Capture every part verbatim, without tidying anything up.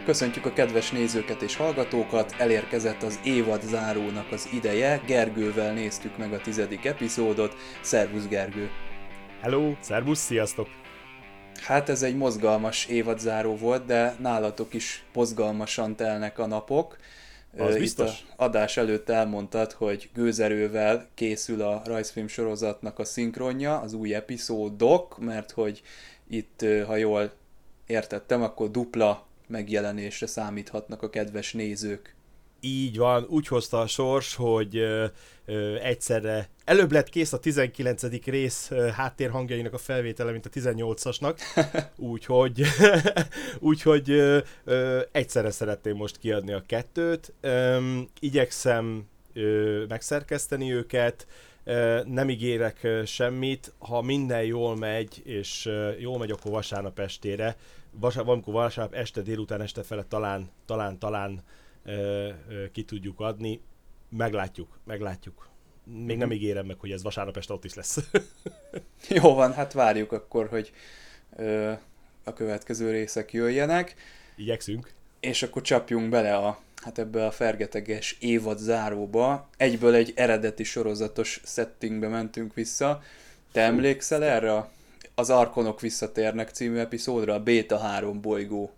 Köszöntjük a kedves nézőket és hallgatókat, elérkezett az évad zárónak az ideje, Gergővel néztük meg a tizedik epizódot. Szervusz Gergő! Hello, szervusz, sziasztok! Hát ez egy mozgalmas évadzáró volt, de nálatok is mozgalmasan telnek a napok. Az Itt biztos. az adás előtt elmondtad, hogy gőzerővel készül a rajzfilm sorozatnak a szinkronja, az új epizódok, mert hogy itt, ha jól értettem, akkor dupla megjelenésre számíthatnak a kedves nézők. Így van, úgy hozta a sors, hogy ö, ö, egyszerre előbb lett kész a tizenkilencedik rész ö, háttérhangjainak a felvétele, mint a tizennyolcasnak, úgyhogy, úgyhogy ö, ö, egyszerre szeretném most kiadni a kettőt. Ö, igyekszem ö, megszerkeszteni őket, ö, nem ígérek ö, semmit, ha minden jól megy, és ö, jól megy, akkor vasárnap estére, Vasár, valamikor vasárnap este, délután este fele talán, talán, talán ö, ö, ki tudjuk adni. Meglátjuk, meglátjuk. Még nem ígérem meg, hogy ez vasárnap este ott is lesz. Jó van, hát várjuk akkor, hogy ö, a következő részek jöjjenek. Igyekszünk. És akkor csapjunk bele a, hát ebbe a fergeteges évad záróba. Egyből egy eredeti sorozatos settingbe mentünk vissza. Te emlékszel erre? Az Arkonok visszatérnek című epizódra, a Béta három bolygó.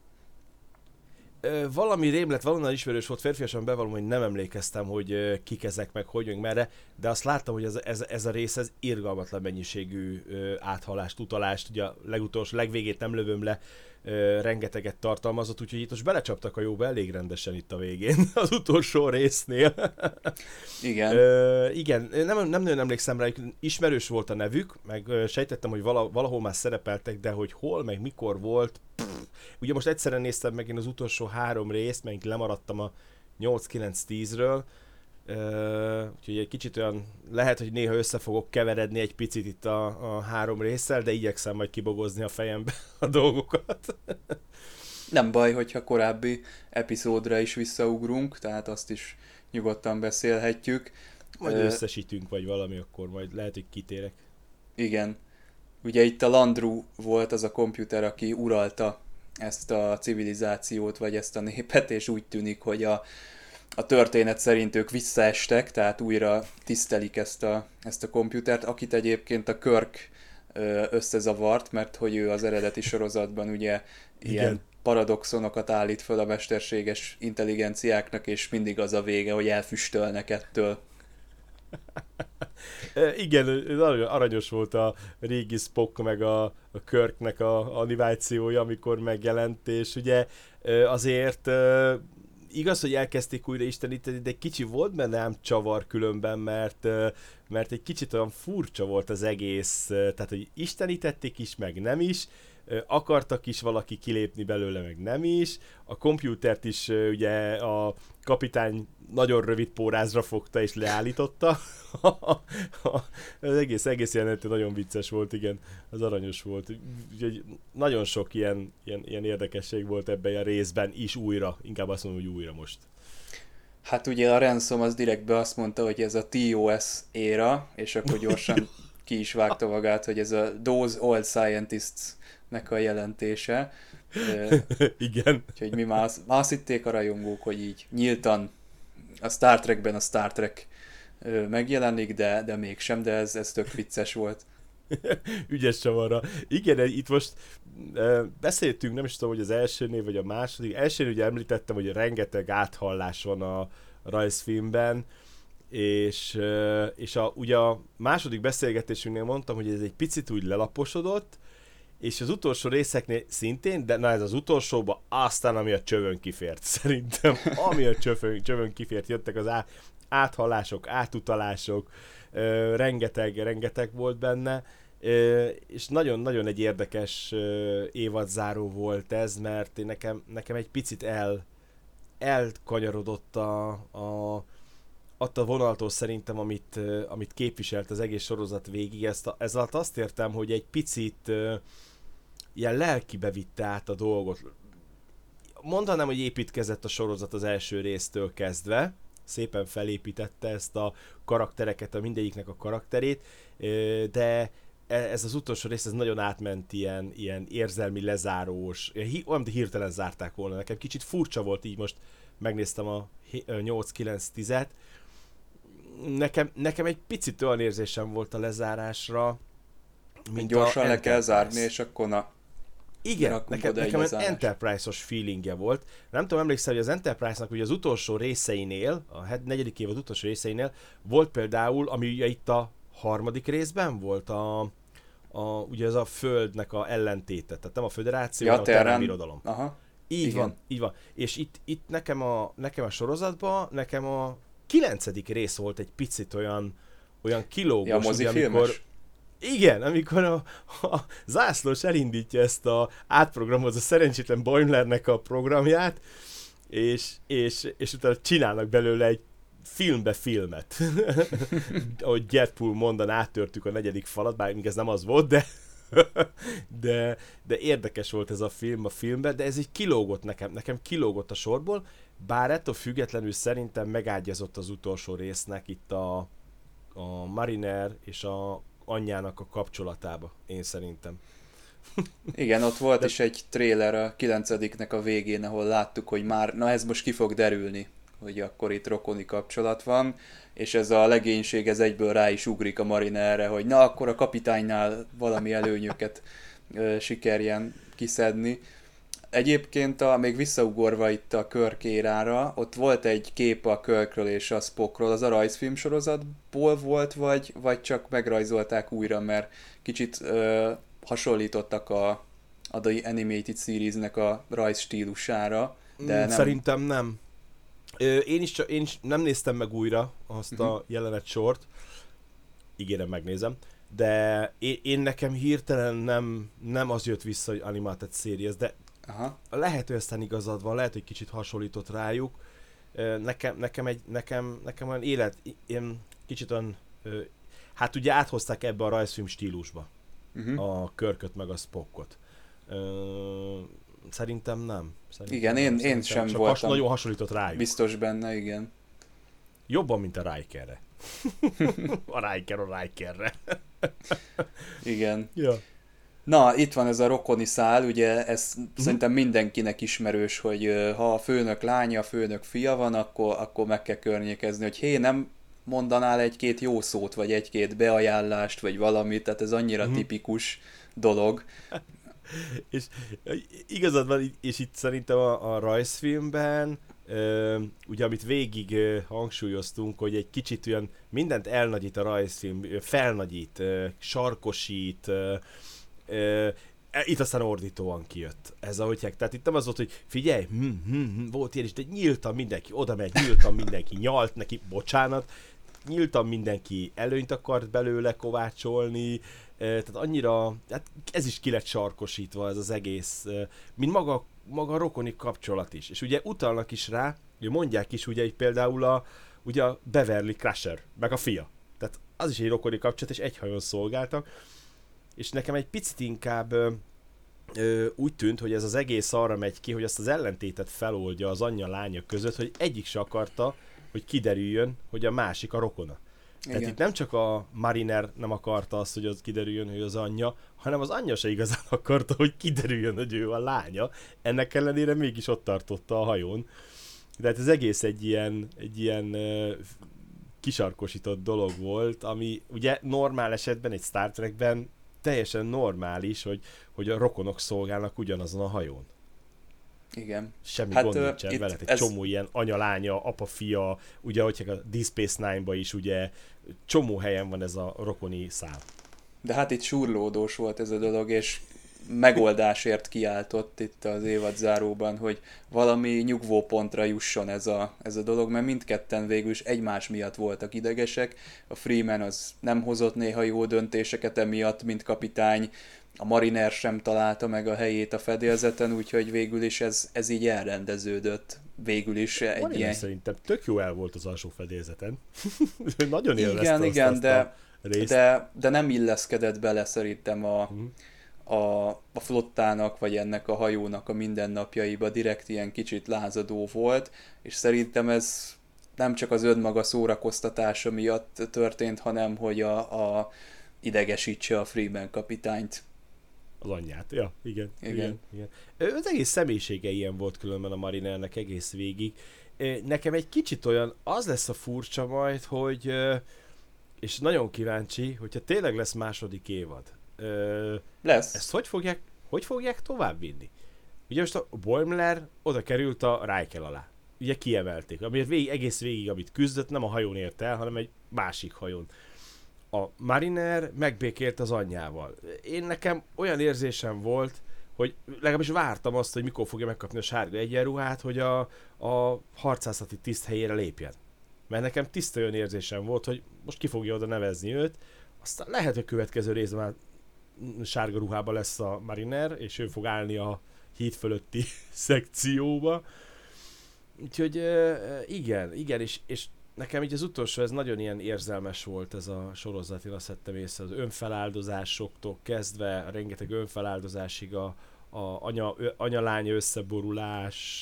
Ö, valami rémlet, valonnan ismerős volt, férfiasan bevallom, hogy nem emlékeztem, hogy ö, kik ezek meg, hogy meg merre, de azt láttam, hogy ez, ez, ez a rész ez irgalmatlan mennyiségű ö, áthalást, utalást, ugye a legutolsó, legvégét nem lövöm le, ö, rengeteget tartalmazott, úgyhogy itt most belecsaptak a jóba elég rendesen itt a végén, az utolsó résznél. Igen. Ö, igen, nem, nem nagyon emlékszem rá, ismerős volt a nevük, meg ö, sejtettem, hogy vala, valahol már szerepeltek, de hogy hol, meg mikor volt, pff. Ugye most egyszerre néztem meg én az utolsó három részt, meg lemaradtam a nyolc kilenc tízről, uh, úgyhogy egy kicsit olyan, lehet, hogy néha össze fogok keveredni egy picit itt a, a három résszel, de igyekszem majd kibogozni a fejembe a dolgokat. Nem baj, hogyha korábbi epizódra is visszaugrunk, tehát azt is nyugodtan beszélhetjük. Majd Ö, összesítünk, vagy valami, akkor majd lehet, hogy kitérek. Igen. Ugye itt a Landru volt az a komputer, aki uralta ezt a civilizációt, vagy ezt a népet, és úgy tűnik, hogy a, a történet szerint ők visszaestek, tehát újra tisztelik ezt a, ezt a komputert, akit egyébként a Kirk ö, összezavart, mert hogy ő az eredeti sorozatban ugye ilyen Igen. paradoxonokat állít föl a mesterséges intelligenciáknak, és mindig az a vége, hogy elfüstölnek ettől. E, igen, nagyon aranyos volt a régi Spock meg a, a Kirknek a animációja, amikor megjelent, és ugye e, azért e, igaz, hogy elkezdték újra isteníteni, de egy kicsi volt benne ám csavar különben, mert, e, mert egy kicsit olyan furcsa volt az egész, e, tehát hogy istenítették is, meg nem is, e, akartak is valaki kilépni belőle, meg nem is, a komputert is e, ugye a kapitány nagyon rövid pórázra fogta és leállította. Az egész, egész jelenető nagyon vicces volt, igen, az aranyos volt. Úgyhogy nagyon sok ilyen, ilyen, ilyen érdekesség volt ebben a részben is újra, inkább azt mondom, hogy újra most. Hát ugye a Ransom az direktbe azt mondta, hogy ez a té o es éra, és akkor gyorsan ki is vágta magát, hogy ez a Those Old Scientists-nek a jelentése. Igen. Úgyhogy mi már azt, már azt hitték a rajongók, hogy így nyíltan a Star Trekben a Star Trek megjelenik, de, de mégsem, de ez, ez tök vicces volt. Ügyes csavarra. Igen, itt most e, beszéltünk, nem is tudom, hogy az elsőnél vagy a második. Elsőnél ugye említettem, hogy rengeteg áthallás van a, a rajzfilmben, és, e, és a, ugye a második beszélgetésünknél mondtam, hogy ez egy picit úgy lelaposodott, és az utolsó részeknél szintén, de na ez az utolsóban aztán, ami a csövön kifért, szerintem. Ami a csövön, csövön kifért, jöttek az á, áthallások, átutalások, ö, rengeteg, rengeteg volt benne, ö, és nagyon-nagyon egy érdekes ö, évadzáró volt ez, mert nekem, nekem egy picit el, elkanyarodott a, a attól a vonaltól szerintem, amit, amit képviselt az egész sorozat végig. Ezt a, ezzel azt értem, hogy egy picit uh, ilyen lelkibe vitte át a dolgot. Mondanám, hogy építkezett a sorozat az első résztől kezdve. Szépen felépítette ezt a karaktereket, a mindegyiknek a karakterét, uh, de ez az utolsó rész, ez nagyon átment ilyen, ilyen érzelmi lezárós, olyan, mint hirtelen zárták volna. Nekem kicsit furcsa volt, így most megnéztem a nyolc kilenc tízet. Nekem, nekem egy picit olyan érzésem volt a lezárásra, mint gyorsan le kell zárni, és akkor na... Igen, nekem, nekem egy Enterprise-os feelingje volt. Nem tudom, emlékszel, hogy az Enterprise-nak ugye az utolsó részeinél, a negyedik évad utolsó részeinél volt például, ami ugye itt a harmadik részben volt, a, a, ugye ez a Földnek a ellentéte, tehát nem a Föderáció, ja, hanem a Terran Birodalom. Aha. Így igen. van, így van. És itt, itt nekem, a, nekem a sorozatban, nekem a kilencedik rész volt egy picit olyan, olyan kilógós, ja, ugye, amikor... Igen, amikor a, a zászlós elindítja ezt a átprogramozó szerencsétlen Boimlernek a programját, és, és, és utána csinálnak belőle egy filmbe filmet. Ahogy Deadpool mondan, áttörtük a negyedik falat, bár még ez nem az volt, de, de, de érdekes volt ez a film a filmben, de ez így kilógott nekem, nekem kilógott a sorból, bár ettől függetlenül szerintem megágyazott az utolsó résznek itt a, a Mariner és a anyjának a kapcsolatába, én szerintem. Igen, ott volt De... is egy trailer a kilencediknek a végén, ahol láttuk, hogy már, na ez most ki fog derülni, hogy akkor itt rokoni kapcsolat van, és ez a legénység ez egyből rá is ugrik a Marinerre, hogy na akkor a kapitánynál valami előnyöket ö, sikerjen kiszedni. Egyébként a, még visszaugorva itt a Kirk érára, ott volt egy kép a Kirkről és a Spockról, az a rajzfilm sorozatból volt, vagy, vagy csak megrajzolták újra, mert kicsit ö, hasonlítottak a, a The Animated Series-nek a rajz stílusára, de nem... Szerintem nem. Én is, csak, én is nem néztem meg újra azt uh-huh. a jelenet sort, ígérem, megnézem, de én, én nekem hirtelen nem, nem az jött vissza, hogy Animated Series, de aha. Lehet, hogy aztán igazad van, lehet, hogy kicsit hasonlított rájuk. Nekem, nekem, egy, nekem, nekem olyan élet, én kicsit olyan, hát ugye áthozták ebbe a rajzfilm stílusba uh-huh. a Kirköt meg a Spockot. Szerintem nem. Szerintem igen, nem. én, Szerintem én sem csak voltam has, nagyon hasonlított rájuk. Biztos benne, igen. Jobban, mint a Rikerre. a Riker a Rikerre. igen. Ja. Na, itt van ez a rokoni szál, ugye ez uh-huh. szerintem mindenkinek ismerős, hogy ha a főnök lánya, a főnök fia van, akkor, akkor meg kell környékezni, hogy hé, nem mondanál egy-két jó szót, vagy egy-két beajánlást, vagy valamit, tehát ez annyira uh-huh. tipikus dolog. És igazad van, és itt szerintem a, a rajzfilmben, ö, ugye amit végig ö, hangsúlyoztunk, hogy egy kicsit olyan mindent elnagyít a rajzfilm, felnagyít, ö, sarkosít, ö, ö, itt aztán ordítóan kijött ez, ahogy hek. Tehát itt nem az volt, hogy figyelj, hm, hm, hm, volt ilyen is, de nyíltan mindenki oda megy, nyíltan mindenki nyalt neki, bocsánat, nyíltan mindenki előnyt akart belőle kovácsolni, tehát annyira, hát ez is ki lett sarkosítva ez az egész, mint maga, maga a rokoni kapcsolat is. És ugye utalnak is rá, hogy mondják is ugye például a, ugye a Beverly Crusher, meg a fia. Tehát az is egy rokoni kapcsolat, és egy hajón szolgáltak. És nekem egy picit inkább ö, ö, úgy tűnt, hogy ez az egész arra megy ki, hogy azt az ellentétet feloldja az anyja-lánya között, hogy egyik se akarta, hogy kiderüljön, hogy a másik a rokona. Tehát igen. Itt nem csak a Mariner nem akarta azt, hogy az kiderüljön, hogy az anyja, hanem az anyja se igazán akarta, hogy kiderüljön, hogy ő a lánya. Ennek ellenére mégis ott tartotta a hajón. De hát ez egész egy ilyen, egy ilyen uh, kisarkosított dolog volt, ami ugye normál esetben egy Star Trekben teljesen normális, hogy, hogy a rokonok szolgálnak ugyanazon a hajón. Igen. Semmi hát, gond nincsen vele, egy ez... csomó ilyen anya-lánya, apa-fia, ugye, hogyha a Deep Space Nine-ba is ugye csomó helyen van ez a rokoni szál. De hát itt surlódós volt ez a dolog, és megoldásért kiáltott itt az évad záróban, hogy valami nyugvópontra jusson ez a, ez a dolog, mert mindketten végül is egymás miatt voltak idegesek. A Freeman az nem hozott néha jó döntéseket emiatt, mint kapitány, a Mariner sem találta meg a helyét a fedélzeten, úgyhogy végül is ez, ez így elrendeződött. Végül is egy Mariner ilyen... szerintem tök jó el volt az alsó fedélzeten. Nagyon élvezte igen, azt, igen, azt de, a részt. De, de nem illeszkedett bele szerintem a, hmm. a, a flottának, vagy ennek a hajónak a mindennapjaiba, direkt ilyen kicsit lázadó volt, és szerintem ez nem csak az önmaga szórakoztatása miatt történt, hanem hogy a, a idegesítse a Freeman kapitányt. Az anyját, ja, igen. Igen. igen, igen. Az egész személyisége ilyen volt különben a Marinernek egész végig. Nekem egy kicsit olyan, az lesz a furcsa majd, hogy, és nagyon kíváncsi, hogyha tényleg lesz második évad. Lesz. Ezt hogy fogják, hogy fogják továbbvinni? Ugye most a Boimler oda került a Reichel alá. Ugye kiemelték. Amiért végig, egész végig, amit küzdött, nem a hajón ért el, hanem egy másik hajón. A Mariner megbékélt az anyjával. Én nekem olyan érzésem volt, hogy legalábbis vártam azt, hogy mikor fogja megkapni a sárga egyenruhát, hogy a, a harcászati tiszt helyére lépjen. Mert nekem tiszta olyan érzésem volt, hogy most ki fogja oda nevezni őt, aztán lehet, hogy a következő részben már sárga ruhában lesz a Mariner, és ő fog állni a híd fölötti szekcióba. Úgyhogy igen, igen, és, és nekem így az utolsó, ez nagyon ilyen érzelmes volt ez a sorozat, én azt vettem észre, az önfeláldozásoktól kezdve, rengeteg önfeláldozásig, a, a anya, anya-lány összeborulás,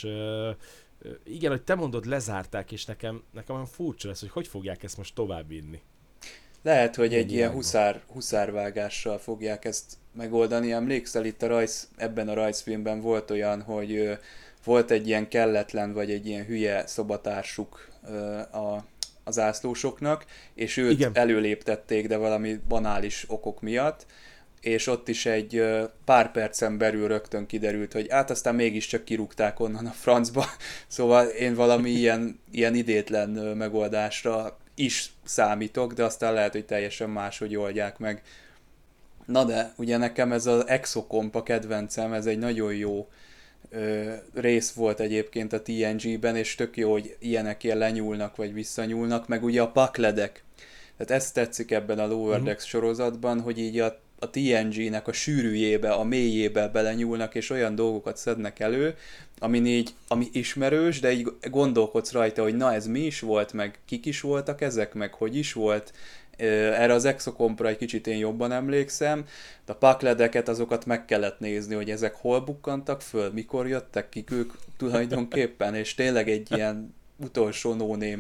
igen, hogy te mondod, lezárták, és nekem, nekem olyan furcsa lesz, hogy hogy fogják ezt most továbbvinni. Lehet, hogy egy ilyen huszár, huszárvágással fogják ezt megoldani. Emlékszel, itt a rajz, ebben a rajzfilmben volt olyan, hogy volt egy ilyen kelletlen, vagy egy ilyen hülye szobatársuk a, a zászlósoknak, és őt igen. előléptették, de valami banális okok miatt, és ott is egy pár percen belül rögtön kiderült, hogy át aztán mégiscsak kirúgták onnan a francba. Szóval én valami ilyen, ilyen idétlen megoldásra is számítok, de aztán lehet, hogy teljesen máshogy oldják meg. Na de, ugye nekem ez az Exocomp a kedvencem, ez egy nagyon jó ö, rész volt egyébként a té en gé-ben, és tök jó, hogy ilyenekért lenyúlnak, vagy visszanyúlnak, meg ugye a pakledek. Tehát ezt tetszik ebben a Lower Decks mm. sorozatban, hogy így a, a té en gé-nek a sűrűjébe, a mélyébe belenyúlnak, és olyan dolgokat szednek elő, ami így, ami ismerős, de így gondolkodsz rajta, hogy na ez mi is volt, meg kik is voltak ezek, meg hogy is volt. Erre az Exocompra egy kicsit én jobban emlékszem, de a pakledeket azokat meg kellett nézni, hogy ezek hol bukkantak föl, mikor jöttek, kik ők tulajdonképpen, és tényleg egy ilyen utolsó no-name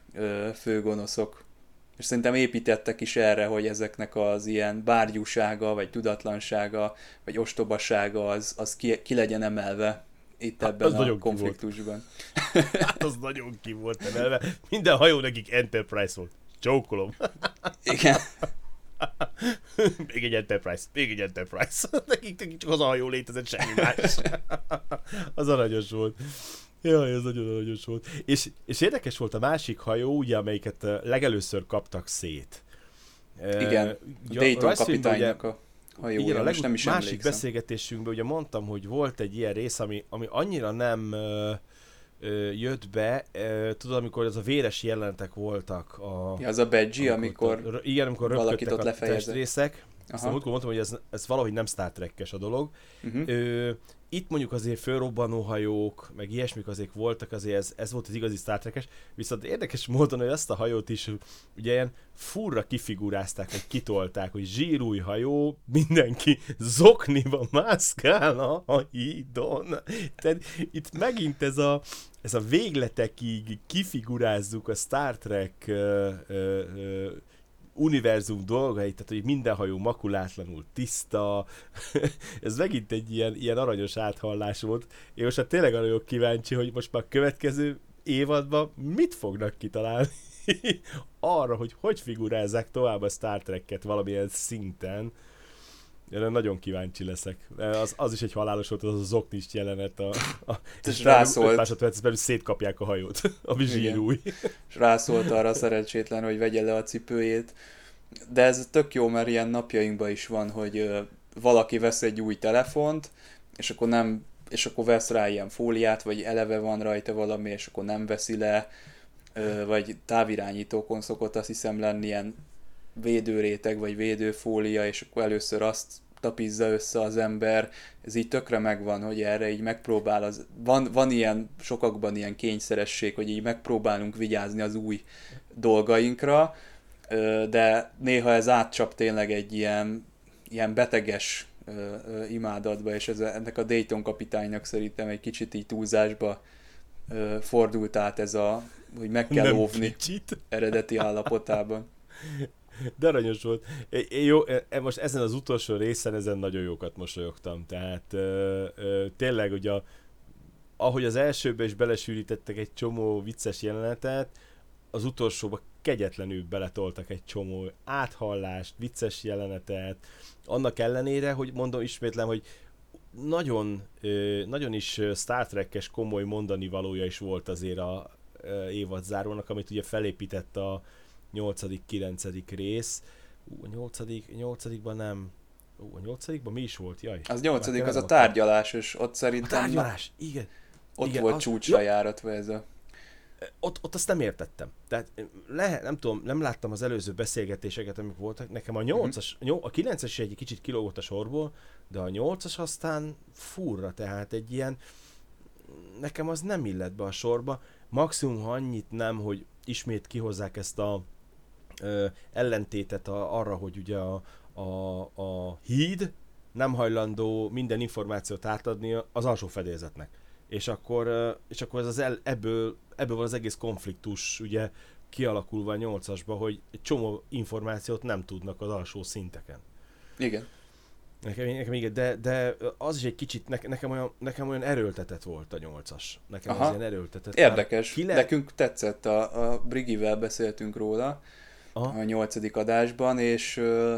főgonoszok. És szerintem építettek is erre, hogy ezeknek az ilyen bárgyúsága, vagy tudatlansága, vagy ostobasága az, az ki, ki legyen emelve itt hát, ebben a konfliktusban. Hát az nagyon ki volt emelve. Minden hajó nekik Enterprise volt. Csókolom. Igen. Még egy Enterprise, még egy Enterprise. Nekik, nekik csak az a hajó létezett, semmi más. Az aranyos volt. Jaj, ez nagyon aranyos volt. És, és érdekes volt a másik hajó, ugye, amelyiket legelőször kaptak szét. Igen, a Dayton kapitánynak a hajója, igen, a most nem is másik emlékszem. beszélgetésünkben ugye mondtam, hogy volt egy ilyen rész, ami, ami annyira nem ö, ö, jött be, ö, tudod, amikor ez a véres jelenetek voltak. A, ja, az a Badgie, amikor, amikor a, igen, amikor röpködtek a testrészek. Aztán múltkor mondtam, hogy ez, ez valahogy nem Star Trek-es a dolog. Uh-huh. Ö, itt mondjuk azért fölrobbanó hajók, meg ilyesmik azért voltak, azért ez, ez volt az igazi Star Trek-es, viszont érdekes módon, hogy ezt a hajót is ugye ilyen furra kifigurázták, vagy kitolták, hogy zsírúj hajó, mindenki zokniba mászkál a hídon. Tehát itt megint ez a, ez a végletekig kifigurázzuk a Star Trek ö, ö, ö, univerzum dolgait, tehát hogy minden hajó makulátlanul tiszta. Ez megint egy ilyen, ilyen aranyos áthallás volt. Én most hát tényleg arra vagyok kíváncsi, hogy most már a következő évadban mit fognak kitalálni arra, hogy hogy figurázzák tovább a Star Trek-et valamilyen szinten. Én nagyon kíváncsi leszek. Az, az is egy halálos volt, az a zoknist jelenet. A, a, és rászólt. Másodpercben szétkapják a hajót, ami zsírúj. És rászólt arra a szerencsétlen, hogy vegye le a cipőjét. De ez tök jó, mert ilyen napjainkban is van, hogy ö, valaki vesz egy új telefont, és akkor nem, és akkor vesz rá ilyen fóliát, vagy eleve van rajta valami, és akkor nem veszi le, ö, vagy távirányítókon szokott azt hiszem lenni ilyen védőréteg, vagy védőfólia, és akkor először azt tapizza össze az ember. Ez így tökre megvan, hogy erre így megpróbál. Az, van, van ilyen, sokakban ilyen kényszeresség, hogy így megpróbálunk vigyázni az új dolgainkra, de néha ez átcsap tényleg egy ilyen, ilyen beteges imádatba, és ez, ennek a Dayton kapitánynak szerintem egy kicsit így túlzásba fordult át ez a, hogy meg kell Nem óvni kicsit. eredeti állapotában. De aranyos volt. É, jó, é, most ezen az utolsó részen ezen nagyon jókat mosolyogtam. Tehát ö, ö, tényleg ugye, ahogy az elsőben is belesűrítettek egy csomó vicces jelenetet, az utolsóba kegyetlenül beletoltak egy csomó áthallást, vicces jelenetet, annak ellenére, hogy mondom, ismétlem, hogy nagyon, nagyon is Star Trek-es komoly mondani valója is volt azért a évadzárónak, amit ugye felépített a nyolcadik kilencedik rész. Ú, a nyolcadik nyolcadikban nem. Ú, a nyolcadikban mi is volt? Jaj. Az nyolcadik az a tárgyalásos, ott szerintem... A tárgyalás, igen. Ott igen, volt az, csúcsra jó. járatva ez a... Ott, ott azt nem értettem. Tehát le, nem tudom, nem láttam az előző beszélgetéseket, amik voltak. Nekem a nyolcas, a kilences egy kicsit kilógott a sorból, de a nyolcas aztán furra, tehát egy ilyen, nekem az nem illett be a sorba. Maximum, ha annyit nem, hogy ismét kihozzák ezt a ö, ellentétet a, arra, hogy ugye a, a, a híd nem hajlandó minden információt átadni az alsó fedélzetnek. És akkor, és akkor ez az el, ebből, ebből van az egész konfliktus ugye kialakulva a nyolcasba, hogy egy csomó információt nem tudnak az alsó szinteken. Igen. Nekem, nekem igen, de, de az is egy kicsit, ne, nekem, olyan, nekem olyan erőltetett volt a nyolcas. Nekem Aha. az ilyen erőltetett. Érdekes. Kile... Nekünk tetszett, a, a Brigivel beszéltünk róla Aha. a nyolcadik adásban, és ö,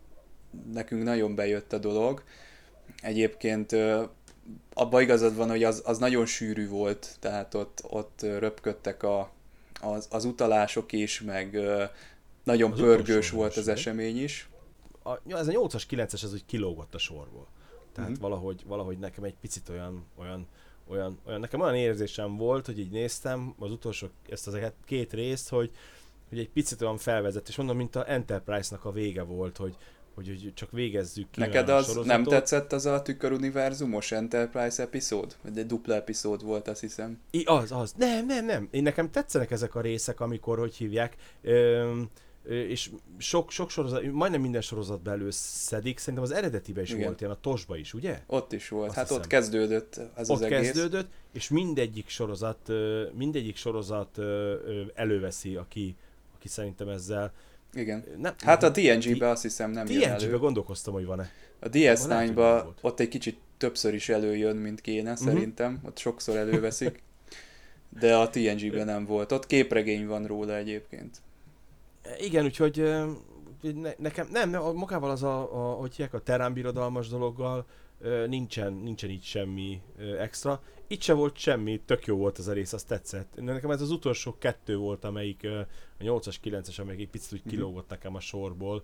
nekünk nagyon bejött a dolog. Egyébként ö, abban igazad van, hogy az, az nagyon sűrű volt, tehát ott, ott röpködtek a, az, az utalások is, meg ö, nagyon az pörgős volt az esemény is. A, ez a nyolcas, kilences ez úgy kilógott a sorból. Tehát Mm-hmm. valahogy, valahogy nekem egy picit olyan, olyan, olyan, olyan, nekem olyan érzésem volt, hogy így néztem az utolsó, ezt az két részt, hogy, hogy egy picit olyan felvezet, és mondom, mint a Enterprise-nak a vége volt, hogy, hogy, hogy csak végezzük ki. Neked az nem tetszett az a tüköruniverzumos Enterprise epizód? Vagy egy dupla epizód volt, azt hiszem. I, az, az. Nem, nem, nem. Én nekem tetszenek ezek a részek, amikor, hogy hívják, Üm, és sok, sok sorozat, majdnem minden sorozatban előszedik, szerintem az eredetiben is Igen. volt ilyen, a Tosba is, ugye? Ott is volt, Azt hát hiszem. Ott kezdődött az ott az egész. Ott kezdődött, és mindegyik sorozat, mindegyik sorozat előveszi, aki, aki szerintem ezzel... Igen. Nem, hát a té en gé-be azt hiszem nem jön elő. té en gé-be gondolkoztam, hogy van-e. A dé es kilenc-ba ott egy kicsit többször is előjön, mint kéne, uh-huh. szerintem. Ott sokszor előveszik. De a té en gé-ben nem volt. Ott képregény van róla egyébként. Igen, úgyhogy ne, nekem, nem, nem, magával az a, a hogy hívják, a teránbirodalmas dologgal nincsen, nincsen itt semmi extra. Itt se volt semmi, tök jó volt az a rész, azt tetszett. Nekem ez az utolsó kettő volt, amelyik a nyolcas, kilences, amelyik egy picit úgy kilógott nekem a sorból.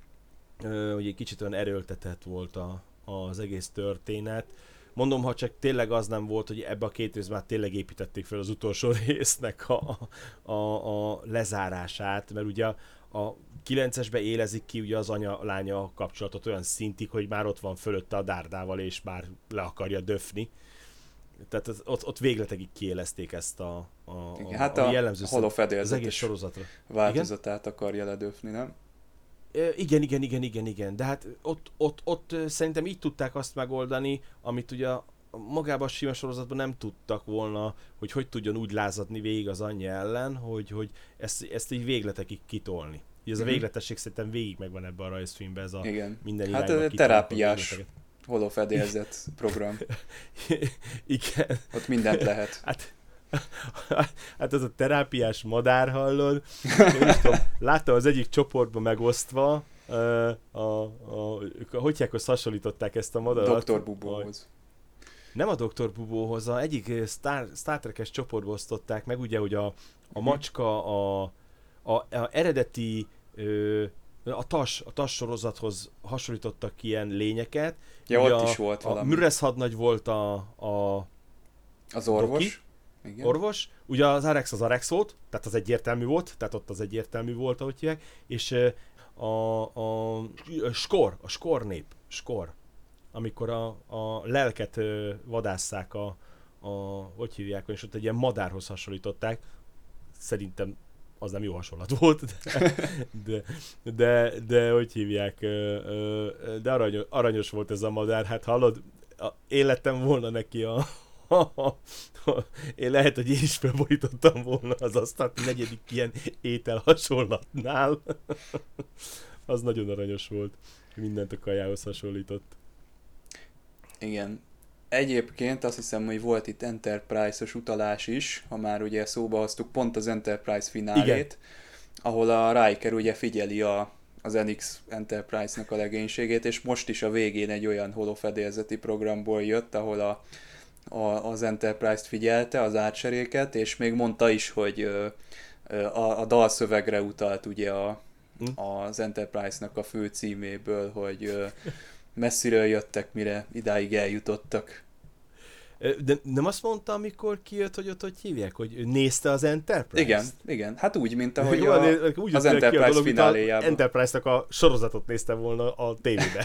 Hogy egy kicsit olyan erőltetett volt a, az egész történet. Mondom, ha csak tényleg az nem volt, hogy ebbe a két részben már tényleg építették fel az utolsó résznek a, a, a lezárását, mert ugye a, a kilencesbe élezik ki ugye az anya-lánya kapcsolatot olyan szintig, hogy már ott van fölötte a dárdával, és már le akarja döfni. Tehát az, ott, ott végletekig kiélezték ezt a, a, a, hát a, a jellemző holofedélzetes az egész sorozatra. Változatát Igen? akarja ledöfni, nem? Igen, igen, igen, igen, igen, de hát ott, ott, ott szerintem így tudták azt megoldani, amit ugye magában a sima sorozatban nem tudtak volna, hogy hogy tudjon úgy lázadni végig az anyja ellen, hogy, hogy ezt, ezt így végletekig kitolni. Ez mm-hmm. a végletesség szerintem végig megvan ebben a rajzfilmben, ez a igen. minden irányba hát terápiás holofedélzet program. Igen. Ott mindent lehet. Hát, hát az a terápiás madár, hallod? Láttam az egyik csoportban megosztva, a, a, a, hogy hívják, hasonlították ezt a madarat? doktor Bubóhoz. Nem a doktor Bubóhoz, a egyik Star, Star Trek-es csoportba osztották meg, ugye, hogy a, a macska a, a, a eredeti ö, a tas, a tas sorozathoz hasonlítottak ilyen lényeket. Ja, ugye ott a, is volt valami. A Müresz hadnagy volt a, a az orvos. Doki, Igen. orvos. Ugye az Arex az Arex volt, tehát az egyértelmű volt, tehát ott az egyértelmű volt, ahogy hívják, és a, a, a skor, a skor nép, skor, amikor a, a lelket vadásszák a, a, hogy hívják, és ott egy ilyen madárhoz hasonlították, szerintem az nem jó hasonlat volt, de, de, de, de hogy hívják, de aranyos, aranyos volt ez a madár, hát hallod, én lettem volna neki a én lehet, hogy én is felborítottam volna az asztalt negyedik ilyen étel hasonlatnál. Az nagyon aranyos volt. Mindent a kajához hasonlított. Igen. Egyébként azt hiszem, hogy volt itt Enterprise-os utalás is, ha már ugye szóba hoztuk pont az Enterprise finálét, igen, ahol a Riker ugye figyeli a, az en iksz Enterprise-nak a legénységét, és most is a végén egy olyan holofedélzeti programból jött, ahol a, a, az Enterprise-t figyelte, az átseréket, és még mondta is, hogy a, a dalszövegre utalt ugye a, az Enterprise-nak a fő címéből, hogy messziről jöttek, mire idáig eljutottak. De nem azt mondta, amikor kijött, hogy ott hogy hívják, hogy nézte az Enterprise-t? Igen, igen. Hát úgy, mint ahogy a, úgy az Enterprise dolog, fináléjában. Enterprise-nak a sorozatot nézte volna a tévében.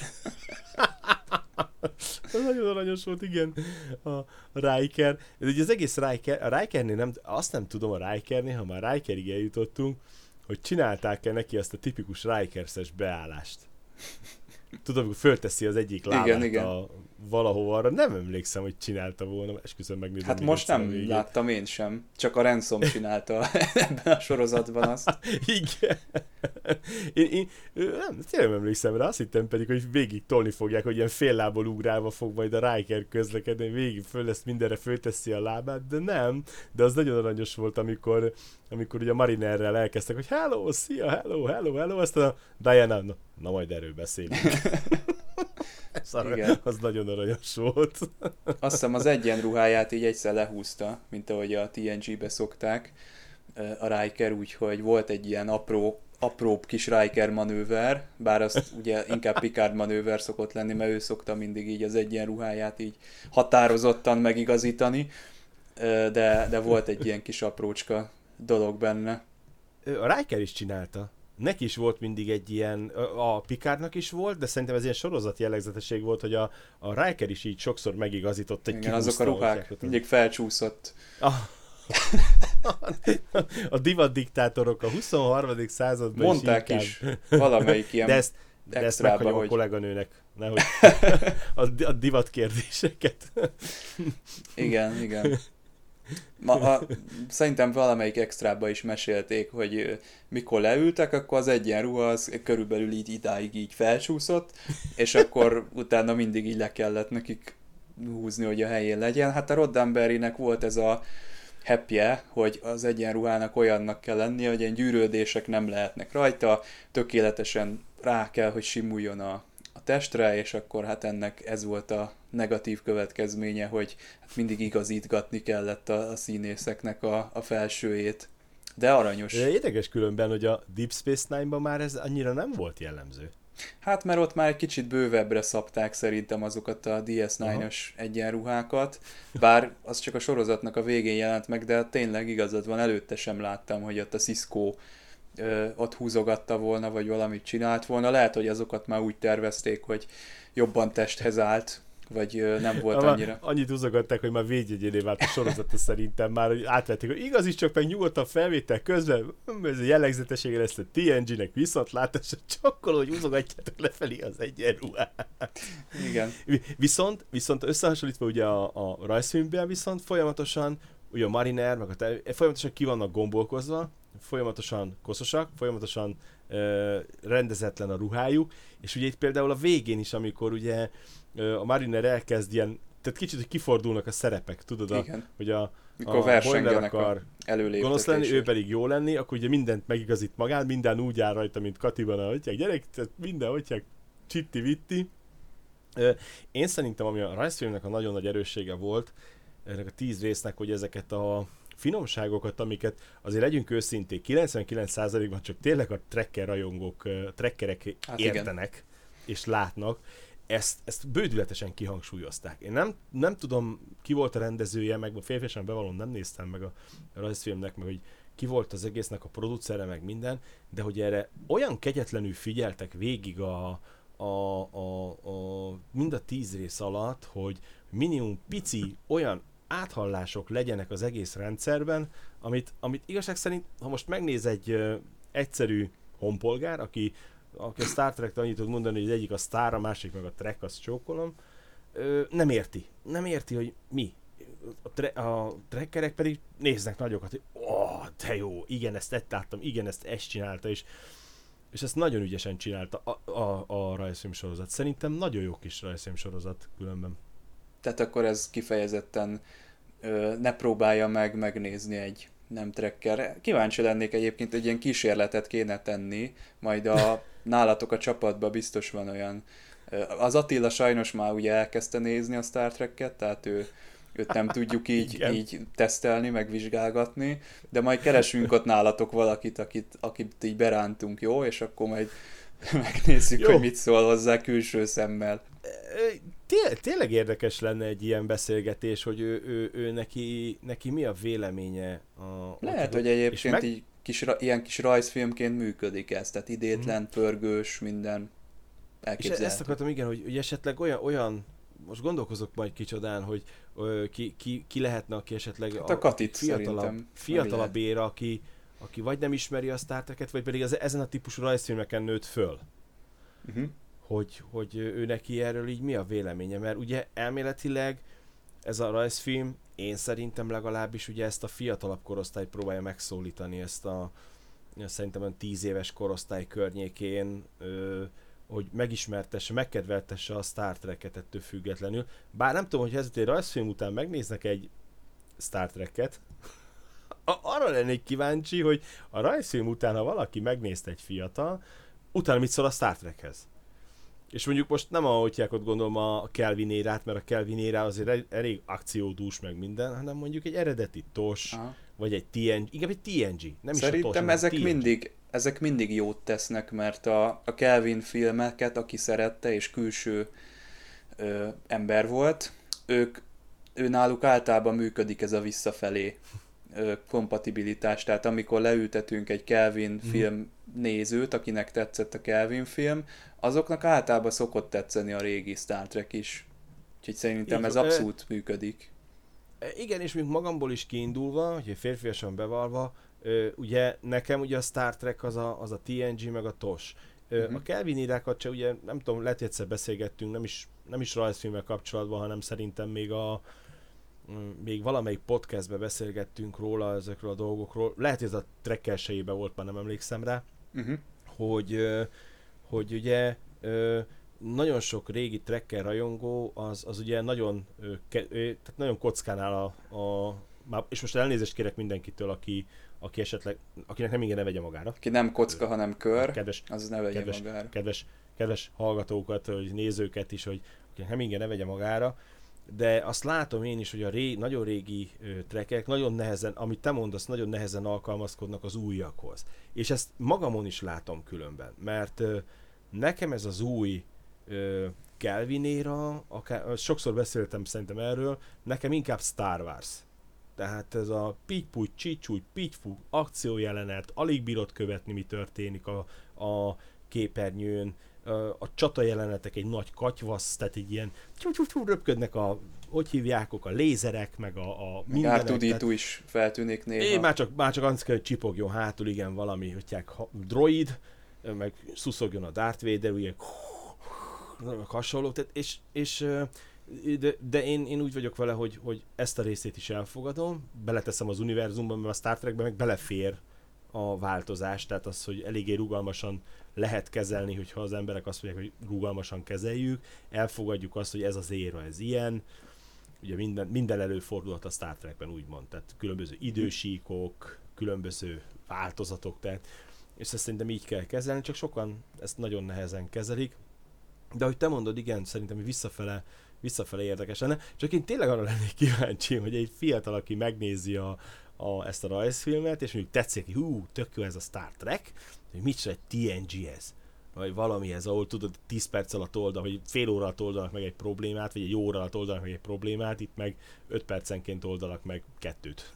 Ez nagyon aranyos volt, igen. A, a Riker. Ez ugye az egész Riker, a Rikernél nem, azt nem tudom a Rikernél, ha már Rikerig eljutottunk, hogy csinálták-e neki azt a tipikus Riker-szes beállást. Tudom, hogy fölteszi az egyik lábát igen, igen. A, valahova arra. Nem emlékszem, hogy csinálta volna. Esküszöm, megnézem. Hát most nem végén. Láttam én sem. Csak a Ransom csinálta ebben a sorozatban azt. Igen. Én, én nem, tényleg nem emlékszem rá. Azt hittem pedig, hogy végig tolni fogják, hogy ilyen fél lából ugrálva fog majd a Riker közlekedni. Végig föl lesz, mindenre fölteszi a lábát, de nem. De az nagyon aranyos volt, amikor amikor ugye a Marinerrel elkezdtek, hogy hello, szia, hello, hello, hello, aztán a Diana, na, na majd erről beszélünk. Arra, az nagyon aranyos volt. Azt hiszem az egyenruháját így egyszer lehúzta, mint ahogy a té en gé-be szokták a Riker, úgyhogy volt egy ilyen apró, apróbb kis Riker manőver, bár azt ugye inkább Picard manőver szokott lenni, mert ő szokta mindig így az egyenruháját így határozottan megigazítani, de, de volt egy ilyen kis aprócska dolog benne. A Riker is csinálta. Neki is volt mindig egy ilyen, a Picardnak is volt, de szerintem ez ilyen sorozat jellegzetesség volt, hogy a, a Riker is így sokszor megigazított, egy igen, azok a ruhák mindig felcsúszott. A, a divat diktátorok a huszonharmadik században mondták is, is valamelyik ilyen de ezt, de ezt meghagyom hogy... a kolléganőnek, nehogy a, a divat kérdéseket. Igen, igen. Ma, a, szerintem valamelyik extrába is mesélték, hogy mikor leültek, akkor az egyenruha az körülbelül így idáig így felcsúszott, és akkor utána mindig így le kellett nekik húzni, hogy a helyén legyen. Hát a Roddenberrynek volt ez a happy-e, hogy az egyenruhának olyannak kell lennie, hogy ilyen gyűrődések nem lehetnek rajta, tökéletesen rá kell, hogy simuljon a a testre, és akkor hát ennek ez volt a negatív következménye, hogy hát mindig igazítgatni kellett a, a színészeknek a, a felsőjét. De aranyos. De érdekes különben, hogy a Deep Space Nine-ban már ez annyira nem volt jellemző. Hát mert ott már egy kicsit bővebbre szabták szerintem azokat a dé es kilences egyenruhákat, bár az csak a sorozatnak a végén jelent meg, de tényleg igazad van, előtte sem láttam, hogy ott a Cisco Ö, ott húzogatta volna, vagy valamit csinált volna. Lehet, hogy azokat már úgy tervezték, hogy jobban testhez állt, vagy ö, nem volt ha, annyira. Annyit húzogatták, hogy már védjegyénél vált a sorozata szerintem már, hogy átvették, hogy igaz is, csak meg nyugodtan felvétel közben, ez a jellegzetessége lesz a té en gé-nek viszontlátásra, csak hogy húzogatjátok lefelé az egyenruhát. Igen. Viszont, viszont összehasonlítva ugye a, a rajzfilmben viszont folyamatosan, ugye a Mariner, meg a te, folyamatosan ki vannak gombolkozva, folyamatosan koszosak, folyamatosan ö, rendezetlen a ruhájuk, és ugye itt például a végén is, amikor ugye ö, a Mariner elkezd ilyen, tehát kicsit, hogy kifordulnak a szerepek, tudod, a, hogy a, a Boimler akar gonosz lenni, ő pedig jó lenni, akkor ugye mindent megigazít magán, minden úgy áll rajta, mint Katiban, ahogy gyerek, tehát minden, hogy csitti-vitti. Én szerintem, ami a rajzfilmnek a nagyon nagy erőssége volt, ennek a tíz résznek, hogy ezeket a finomságokat, amiket azért legyünk őszinték, kilencvenkilenc százalékban csak tényleg a trekker rajongók, trekkerek hát értenek igen. és látnak, ezt, ezt bődületesen kihangsúlyozták. Én nem, nem tudom, ki volt a rendezője, meg félfésen bevallom, nem néztem meg a rajzfilmnek, meg hogy ki volt az egésznek a producere, meg minden, de hogy erre olyan kegyetlenül figyeltek végig a, a, a, a, mind a tíz rész alatt, hogy minimum pici olyan áthallások legyenek az egész rendszerben, amit, amit igazság szerint, ha most megnéz egy ö, egyszerű honpolgár, aki, aki a Star Trek-t annyit tud mondani, hogy az egyik a Star, a másik meg a Trek, azt csókolom, ö, nem érti. Nem érti, hogy mi. a, tre- a trekkerek pedig néznek nagyokat, hogy ó, oh, de jó, igen, ezt ezt láttam, igen, ezt ezt csinálta, és, és ezt nagyon ügyesen csinálta a, a, a rajzfilm sorozat. Szerintem nagyon jó kis rajzfilm sorozat különben. Tehát akkor ez kifejezetten ö, ne próbálja meg megnézni egy nem trekker. Kíváncsi lennék egyébként, egy ilyen kísérletet kéne tenni, majd a nálatok a csapatban biztos van olyan. Ö, az Attila sajnos már ugye elkezdte nézni a Star Trek-et, tehát ő, őt nem tudjuk így, így tesztelni, meg vizsgálgatni, de majd keresünk ott nálatok valakit, akit, akit így berántunk, jó? És akkor majd megnézzük, jó, hogy mit szól hozzá külső szemmel. Té- tényleg érdekes lenne egy ilyen beszélgetés, hogy ő, ő, ő neki, neki mi a véleménye. A, Lehet, hogy egyébként meg... így kis, ilyen kis rajzfilmként működik ez, tehát idétlen, hmm. pörgős, minden elképzelhető. És ezt akartam, igen, hogy, hogy esetleg olyan, olyan, most gondolkozok majd kicsodán, hogy ö, ki, ki, ki lehetne, aki esetleg hát a Katit fiatalabb, fiatalabb ér, aki, aki vagy nem ismeri a Star Trek-et, vagy pedig az, ezen a típusú rajzfilmeken nőtt föl. Uh-huh. Hogy, hogy ő neki erről így mi a véleménye, mert ugye elméletileg ez a rajzfilm, én szerintem legalábbis ugye ezt a fiatalabb korosztályt próbálja megszólítani, ezt a szerintem a tíz éves korosztály környékén, ö, hogy megismertesse, megkedveltesse a Star Trek-et ettől függetlenül. Bár nem tudom, hogy ez egy rajzfilm után megnéznek egy Star Trek-et, arra lennék kíváncsi, hogy a rajzfilm után, ha valaki megnézte egy fiatal, utána mit szól a Star Trekhez. És mondjuk most nem ahogy ott gondolom a Kelvin érát, mert a Kelvin érá azért elég akciódús meg minden, hanem mondjuk egy eredeti tos, aha, vagy egy té en gé, inkább egy té en gé. Nem szerintem is a tos, ezek té en gé. mindig, ezek mindig jót tesznek, mert a, a Kelvin filmeket, aki szerette és külső ö, ember volt, ők, ő náluk általában működik ez a visszafelé ö, kompatibilitás, tehát amikor leültetünk egy Kelvin mm. film nézőt, akinek tetszett a Kelvin film, azoknak általában szokott tetszeni a régi Star Trek is. Úgyhogy szerintem így, ez abszolút e, működik. Igen, és még magamból is kiindulva, hogy férfiasan bevalva, ugye nekem ugye a Star Trek az a, az a té en gé meg a tos. Uh-huh. A Kelvin írákat se ugye, nem tudom, lehet, hogy egyszer beszélgettünk, nem is, nem is rajzfilmmel kapcsolatban, hanem szerintem még a még valamelyik podcastben beszélgettünk róla, ezekről a dolgokról. Lehet, hogy ez a Trek elsejében volt, már nem emlékszem rá. Uh-huh. Hogy, hogy ugye nagyon sok régi trekker rajongó, az, az ugye nagyon, tehát nagyon kockán áll a, a, és most elnézést kérek mindenkitől, aki, aki esetleg, akinek nem ingyen ne vegye magára. Aki nem kocka, hanem kör, kedves, az ne vegye kedves, magára. Kedves, kedves hallgatókat, vagy nézőket is, hogy akinek nem ingyen ne vegye magára, de azt látom én is, hogy a ré, nagyon régi ö, trekkek nagyon nehezen, amit te mondasz, nagyon nehezen alkalmazkodnak az újakhoz. És ezt magamon is látom különben, mert ö, nekem ez az új ö, Kelvin éra, akár, sokszor beszéltem szerintem erről, nekem inkább Star Wars. Tehát ez a pitty-puty, csicsúgy, pitty-fú, akciójelenet, alig bírod követni, mi történik a, a képernyőn, a csata jelenetek egy nagy katyvasz, tehát egy ilyen röpködnek a, hogy hívjákok, a lézerek, meg a, a mindenek. er kettő dé kettő is feltűnik néha. É, már csak, már csak annyit kell, hogy csipogjon hátul, igen, valami, hogy droid, meg szuszogjon a Darth Vader, ugye hasonló, tehát, és, és de, de én, én úgy vagyok vele, hogy, hogy ezt a részét is elfogadom, beleteszem az univerzumban, mert a Star Trekben meg belefér a változás, tehát az, hogy eléggé rugalmasan lehet kezelni, hogyha az emberek azt mondják, hogy rugalmasan kezeljük, elfogadjuk azt, hogy ez az éra, ez ilyen, ugye minden, minden előfordulhat a Star Trekben úgymond, tehát különböző idősíkok, különböző változatok, tehát, és ezt szerintem így kell kezelni, csak sokan ezt nagyon nehezen kezelik, de ahogy te mondod, igen, szerintem visszafele, visszafele érdekes lenne, csak én tényleg arra lennék kíváncsi, hogy egy fiatal, aki megnézi a A, ezt a rajzfilmet, és mondjuk tetszik, hogy hú, tök jó ez a Star Trek, hogy mit csinál egy té en gé ez, vagy valami ez, ahol tudod tíz perc alatt oldal, vagy fél óra alatt oldanak meg egy problémát, vagy egy óra alatt oldanak meg egy problémát, itt meg öt percenként oldanak meg kettőt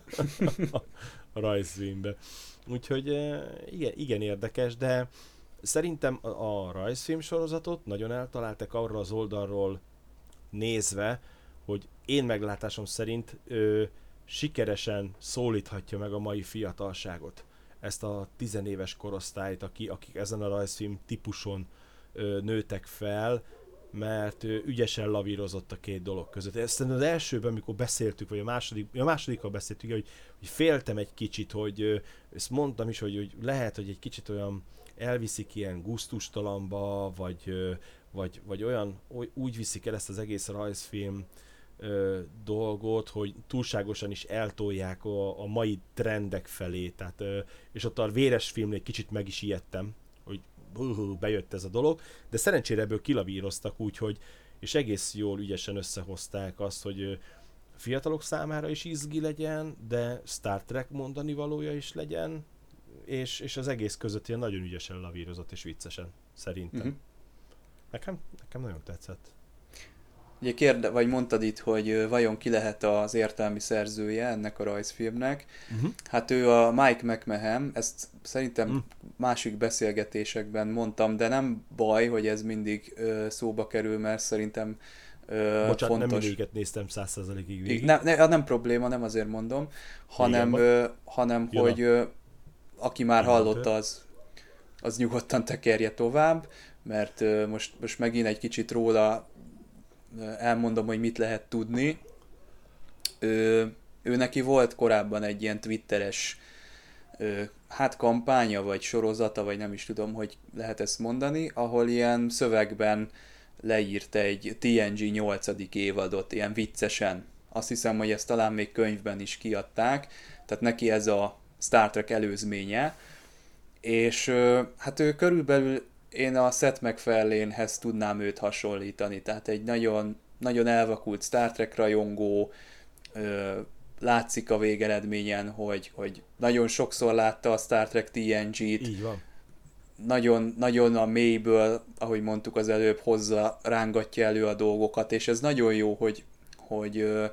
a rajzfilmbe. Úgyhogy igen, igen érdekes, de szerintem a, a rajzfilm sorozatot nagyon eltaláltak arra az oldalról nézve, hogy én meglátásom szerint ö, sikeresen szólíthatja meg a mai fiatalságot. Ezt a tizenéves korosztályt, aki, akik ezen a rajzfilm típuson ö, nőtek fel, mert ö, ügyesen lavírozott a két dolog között. Ezt az elsőben, amikor beszéltük, vagy a második, a másodikkal beszéltük, hogy, hogy féltem egy kicsit, hogy ö, ezt mondtam is, hogy, hogy lehet, hogy egy kicsit olyan elviszik ilyen gusztustalanba, vagy, ö, vagy, vagy olyan, úgy viszik el ezt az egész rajzfilm ö, dolgot, hogy túlságosan is eltolják a, a mai trendek felé, tehát, ö, és ott a véres filmnél kicsit meg is ijedtem, hogy uh, bejött ez a dolog, de szerencsére ebből kilavíroztak úgy, hogy, és egész jól ügyesen összehozták azt, hogy ö, fiatalok számára is izgi legyen, de Star Trek mondani valója is legyen, és, és az egész között ilyen nagyon ügyesen lavírozott és viccesen, szerintem. Uh-huh. Nekem, nekem nagyon tetszett. Ugye kérde, vagy mondtad itt, hogy vajon ki lehet az értelmi szerzője ennek a rajzfilmnek. Uh-huh. Hát ő a Mike McMahon, ezt szerintem uh-huh. másik beszélgetésekben mondtam, de nem baj, hogy ez mindig ö, szóba kerül, mert szerintem ö, Bocsánat, fontos. nem mindiget néztem száz százalékig végig. Nem, nem, nem probléma, nem azért mondom, hanem, ö, hanem hogy ö, aki már igen, hallotta, az, az nyugodtan tekerje tovább, mert ö, most, most megint egy kicsit róla elmondom, hogy mit lehet tudni. Ő, ő neki volt korábban egy ilyen twitteres ő, hát kampánya, vagy sorozata, vagy nem is tudom, hogy lehet ezt mondani, ahol ilyen szövegben leírt egy té en gé nyolcadik évadot, ilyen viccesen. Azt hiszem, hogy ezt talán még könyvben is kiadták, tehát neki ez a Star Trek előzménye, és hát ő körülbelül én a Seth MacFarlane-hez tudnám őt hasonlítani, tehát egy nagyon, nagyon elvakult Star Trek rajongó, ö, látszik a végeredményen, hogy, hogy nagyon sokszor látta a Star Trek té en gét, így van. Nagyon, nagyon a mélyből, ahogy mondtuk az előbb, hozza, rángatja elő a dolgokat, és ez nagyon jó, hogy, hogy ö,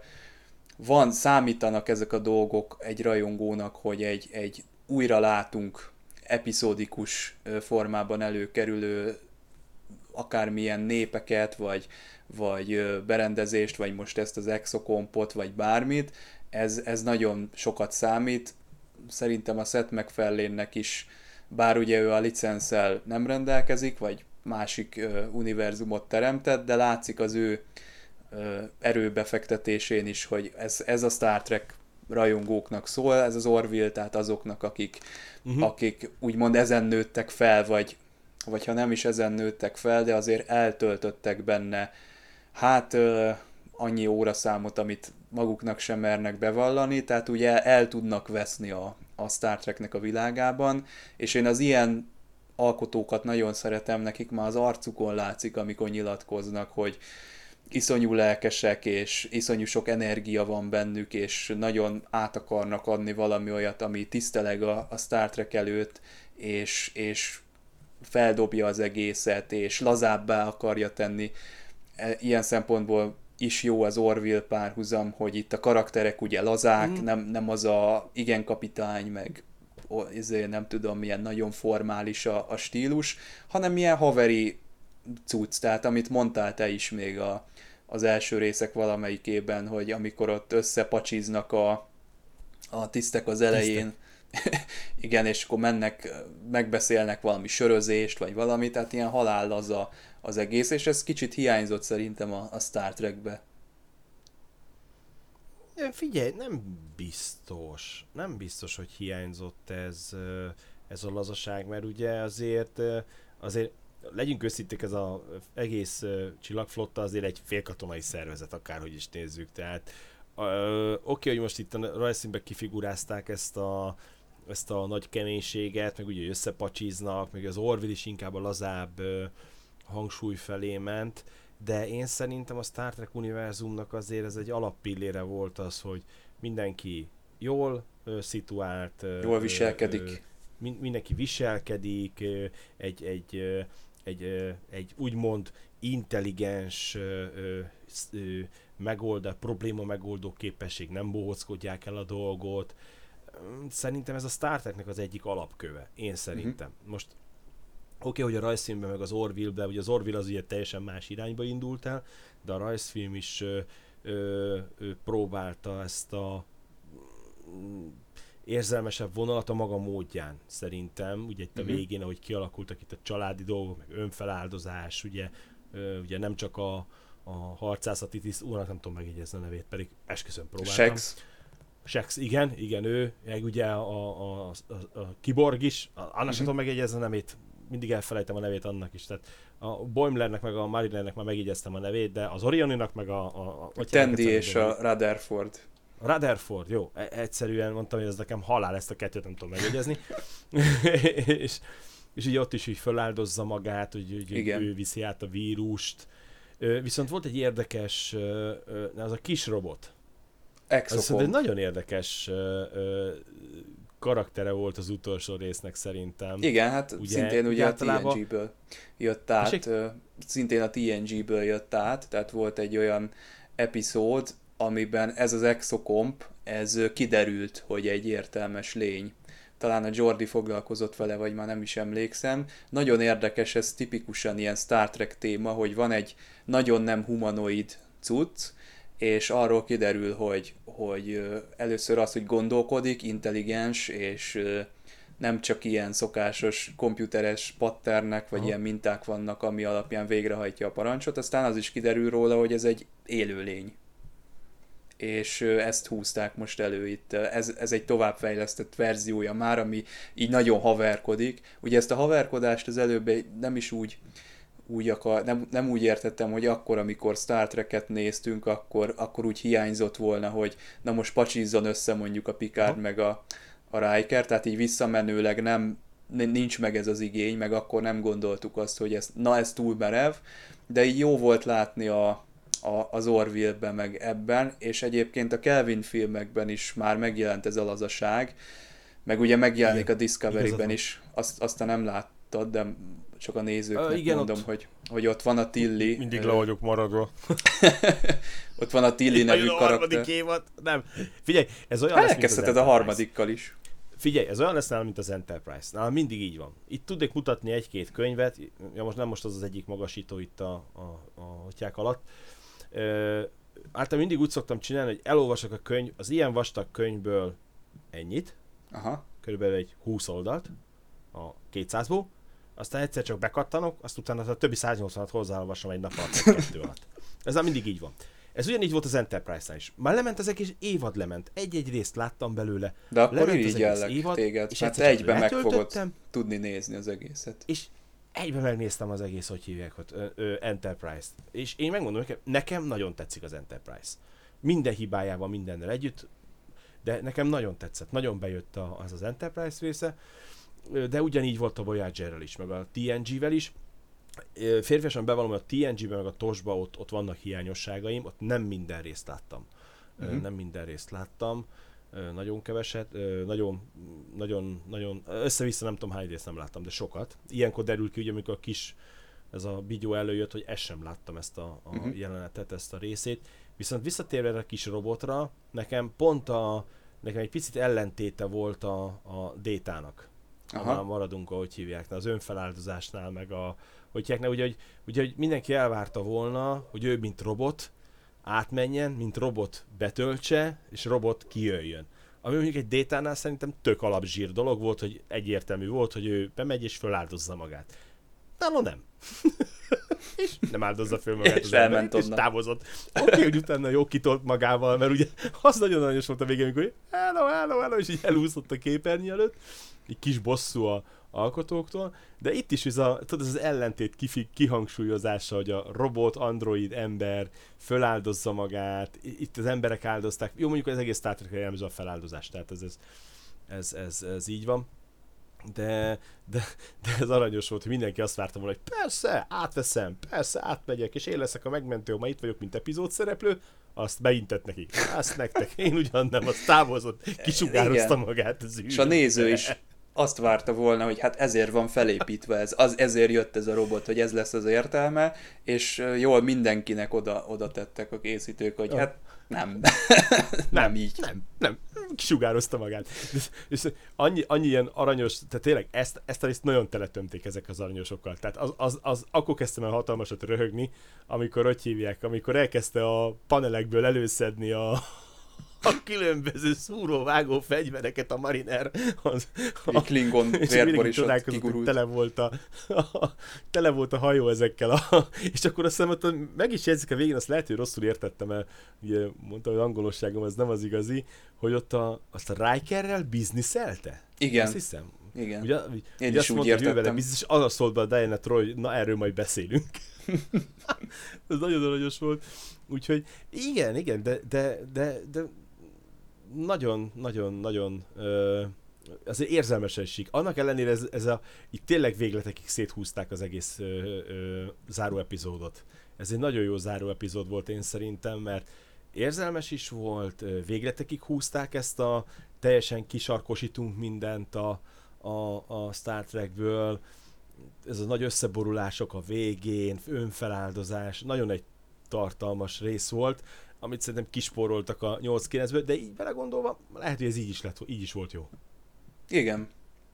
van, számítanak ezek a dolgok egy rajongónak, hogy egy, egy újra látunk epizódikus formában előkerülő akármilyen népeket, vagy, vagy berendezést, vagy most ezt az exokompot, vagy bármit, ez, ez nagyon sokat számít. Szerintem a Seth MacFarlane-nek is, bár ugye ő a licenszel nem rendelkezik, vagy másik uh, univerzumot teremtett, de látszik az ő uh, erőbefektetésén is, hogy ez, ez a Star Trek rajongóknak szól, ez az Orville, tehát azoknak, akik, uh-huh. akik úgymond ezen nőttek fel, vagy, vagy ha nem is ezen nőttek fel, de azért eltöltöttek benne hát uh, annyi óraszámot, amit maguknak sem mernek bevallani, tehát ugye el tudnak veszni a, a Star Treknek a világában, és én az ilyen alkotókat nagyon szeretem, nekik már az arcukon látszik, amikor nyilatkoznak, hogy iszonyú lelkesek, és iszonyú sok energia van bennük, és nagyon át akarnak adni valami olyat, ami tiszteleg a, a Star Trek előtt, és, és feldobja az egészet, és lazábbá akarja tenni. Ilyen szempontból is jó az Orville párhuzam, hogy itt a karakterek ugye lazák, mm. nem, nem az a igen kapitány, meg ezért nem tudom, milyen nagyon formális a, a stílus, hanem milyen haveri cucc, tehát amit mondtál te is még a, az első részek valamelyikében, hogy amikor ott összepacsiznak a, a tisztek az elején, igen, és akkor mennek, megbeszélnek valami sörözést, vagy valami, tehát ilyen halál az a, az egész, és ez kicsit hiányzott szerintem a, a Star Trekbe. Figyelj, nem biztos, nem biztos, hogy hiányzott ez, ez a lazaság, mert ugye azért, azért legyünk őszinték, ez az egész csillagflotta azért egy félkatonai szervezet, akárhogy is nézzük, tehát oké, okay, hogy most itt a rajzfilmben kifigurázták ezt a, ezt a nagy keménységet, meg ugye összepacsiznak, meg az Orville is inkább a lazább hangsúly felé ment, de én szerintem a Star Trek univerzumnak azért ez egy alappillére volt az, hogy mindenki jól ö, szituált, jól viselkedik. Ö, min- mindenki viselkedik, ö, egy, egy, ö, egy, ö, egy úgymond intelligens ö, ö, megoldás, probléma megoldó képesség, nem bohóckodják el a dolgot. Szerintem ez a Star Treknek az egyik alapköve, én szerintem. Uh-huh. Most oké, okay, hogy a rajzfilmben meg az Orville-ben, ugye az Orville az ugye teljesen más irányba indult el, de a rajzfilm is ö, ö, ö, próbálta ezt a mm, érzelmesebb vonalat a maga módján, szerintem. Ugye itt a végén, ahogy kialakultak itt a családi dolgok, meg önfeláldozás, ugye ugye nem csak a, a harcászati tiszt, úrnak nem tudom megjegyezni a nevét, pedig esküszöm próbáltam. Shax. Shax, igen, igen, ő, meg ugye a, a, a, a Kiborg is, annak uh-huh. sem tudom megjegyezni a nevét, mindig elfelejtem a nevét annak is, tehát a Boimlernek meg a Marinernek már megjegyeztem a nevét, de az Orioninak meg a... a, a Tendi és a Rutherford. Rutherford, jó, egyszerűen mondtam, hogy ez nekem halál, ezt a kettőt nem tudom megjegyezni. és, és ugye ott is így feláldozza magát, hogy, hogy ő viszi át a vírust. Viszont volt egy érdekes, az a kis robot. Az egy nagyon érdekes karaktere volt az utolsó résznek szerintem. Igen, hát ugye, szintén ugye általában... a té en gé-ből jött át, Esik? szintén a té en gé-ből jött át, tehát volt egy olyan epizód, amiben ez az exocomp, ez kiderült, hogy egy értelmes lény. Talán a Jordi foglalkozott vele, vagy már nem is emlékszem. Nagyon érdekes, ez tipikusan ilyen Star Trek téma, hogy van egy nagyon nem humanoid cucc, és arról kiderül, hogy, hogy először az, hogy gondolkodik, intelligens, és nem csak ilyen szokásos komputeres patternek, vagy Aha. ilyen minták vannak, ami alapján végrehajtja a parancsot, aztán az is kiderül róla, hogy ez egy élőlény. És ezt húzták most elő itt. Ez, ez egy továbbfejlesztett verziója már, ami így nagyon haverkodik. Ugye ezt a haverkodást az előbb nem is úgy, úgy akar, nem, nem úgy értettem, hogy akkor, amikor Star Trek-et néztünk, akkor, akkor úgy hiányzott volna, hogy na most pacsizzon össze mondjuk a Picard ha. meg a, a Riker, tehát így visszamenőleg nem, nincs meg ez az igény, meg akkor nem gondoltuk azt, hogy ez, na ez túl merev, de így jó volt látni a A, az Orville-ben, meg ebben, és egyébként a Kelvin filmekben is már megjelent ez a lazaság, meg ugye megjelenik igen, a Discovery-ben is, azt, aztán nem láttad, de csak a nézőknek uh, igen, mondom, ott... hogy, hogy ott van a Tilly. Mindig le vagyok maradva. Ott van a Tilly nevű a karakter. harmadik évad, nem. Figyelj, ez olyan hát lesz, mint az Enterprise. A harmadikkal is. Figyelj, ez olyan lesz nálam, mint az Enterprise. Nálam mindig így van. Itt tudnék mutatni egy-két könyvet, ja most nem most az az egyik magasító itt a, a, a hotyák alatt. Uh, általában mindig úgy szoktam csinálni, hogy elolvasok a könyv, az ilyen vastag könyvből ennyit, Aha. körülbelül egy húsz oldalt a kétszázból, aztán egyszer csak bekattanok, azt utána a többi száznyolcvanat hozzáolvasom egy nap alatt, kettő alatt. Ez már mindig így van. Ez ugyanígy volt az Enterprise-nál is. Már lement az egész évad, lement. Egy-egy részt láttam belőle. De akkor irigyellek évad, téged, és hát egyben meg fogod tudni nézni az egészet. És egyben megnéztem az egész, hogy hívják ott, ö, ö, Enterprise-t. És én megmondom nekem, nekem nagyon tetszik az Enterprise. Minden hibájával, mindennel együtt, de nekem nagyon tetszett, nagyon bejött a, az az Enterprise része, de ugyanígy volt a Voyager-rel is, meg a té en gé-vel is. Férfiasan bevallom, hogy a té en gé-ben, meg a tosba ott, ott vannak hiányosságaim, ott nem minden részt láttam. Uh-huh. Nem minden részt láttam. Nagyon keveset, nagyon, nagyon, nagyon, össze-vissza nem tudom hány részt nem láttam, de sokat. Ilyenkor derül ki, ugye, amikor a kis, ez a bigyó előjött, hogy ezt sem láttam, ezt a, a uh-huh. jelenetet, ezt a részét. Viszont visszatérve a kis robotra, nekem pont a, nekem egy picit ellentéte volt a, a Détának. Ha maradunk, ahogy hívják, az önfeláldozásnál, meg a, hogy hívják, ugye, hogy, ugye, hogy mindenki elvárta volna, hogy ő, mint robot, átmenjen, mint robot betöltse, és robot kijöjjön. Ami mondjuk egy Détánál szerintem tök alapzsír dolog volt, hogy egyértelmű volt, hogy ő bemegy és föláldozza magát. Nálom nem. És nem áldozza föl magát és az ember, és távozott. Oké, okay, hogy utána jó kitolt magával, mert ugye az nagyon aranyos volt a végén, amikor hogy hello, hello, hello, és így elúszott a képernyő előtt. Egy kis bosszú a alkotóktól, de itt is ez, a, tudod, ez az ellentét kifi, kihangsúlyozása, hogy a robot, android, ember föláldozza magát, itt az emberek áldozták, jó, mondjuk az egész Star Trek-re jellemző a feláldozás, tehát ez, ez, ez, ez, ez így van, de, de, de ez aranyos volt, hogy mindenki azt várta volna, hogy persze, átveszem, persze, átmegyek, és én leszek a megmentő, ma itt vagyok, mint epizód szereplő, azt beintett nekik. Azt nektek, én ugyan nem, azt távozott, kisugározta magát az űr. És a néző is azt várta volna, hogy hát ezért van felépítve ez, az, ezért jött ez a robot, hogy ez lesz az értelme, és jól mindenkinek oda, oda tettek a készítők, hogy hát nem. nem, nem így. Nem, nem, kisugározta magát. És, és annyi, annyi ilyen aranyos, tehát tényleg ezt, ezt a részt nagyon teletömték ezek az aranyosokkal. Tehát az, az, az akkor kezdtem el hatalmasat röhögni, amikor hogy hívják, amikor elkezdte a panelekből előszedni a a különböző szúróvágó fegyvereket a Mariner. Az, a, Klingon vérbor is ott kigurult. Tele volt a, a, tele volt a hajó ezekkel. A, és akkor azt hiszem, hogy meg is jegyzik a végén, azt lehet, hogy rosszul értettem el. Ugye mondtam, hogy angolosságom az nem az igazi, hogy ott a, azt a Rikerrel bizniszelte? Igen. Azt hiszem. Igen. Ugye, Én ugye is úgy mondta, értettem. Biztos, és az szólt be a Diana Troy, hogy na erről majd beszélünk. Ez nagyon aranyos volt. Úgyhogy igen, igen, de, de, de, de nagyon, nagyon, nagyon ö, azért érzelmesen sík. Annak ellenére ez, ez a, itt tényleg végletekig széthúzták az egész ö, ö, záró epizódot. Ez egy nagyon jó záró epizód volt én szerintem, mert érzelmes is volt, végletekig húzták ezt a teljesen kisarkosítunk mindent a, a, a Star Trekből, ez a nagy összeborulások a végén, önfeláldozás, nagyon egy tartalmas rész volt, amit szerintem kispóroltak a nyolc kilencből, de így belegondolva, lehet, hogy ez így is, lett, így is volt jó. Igen.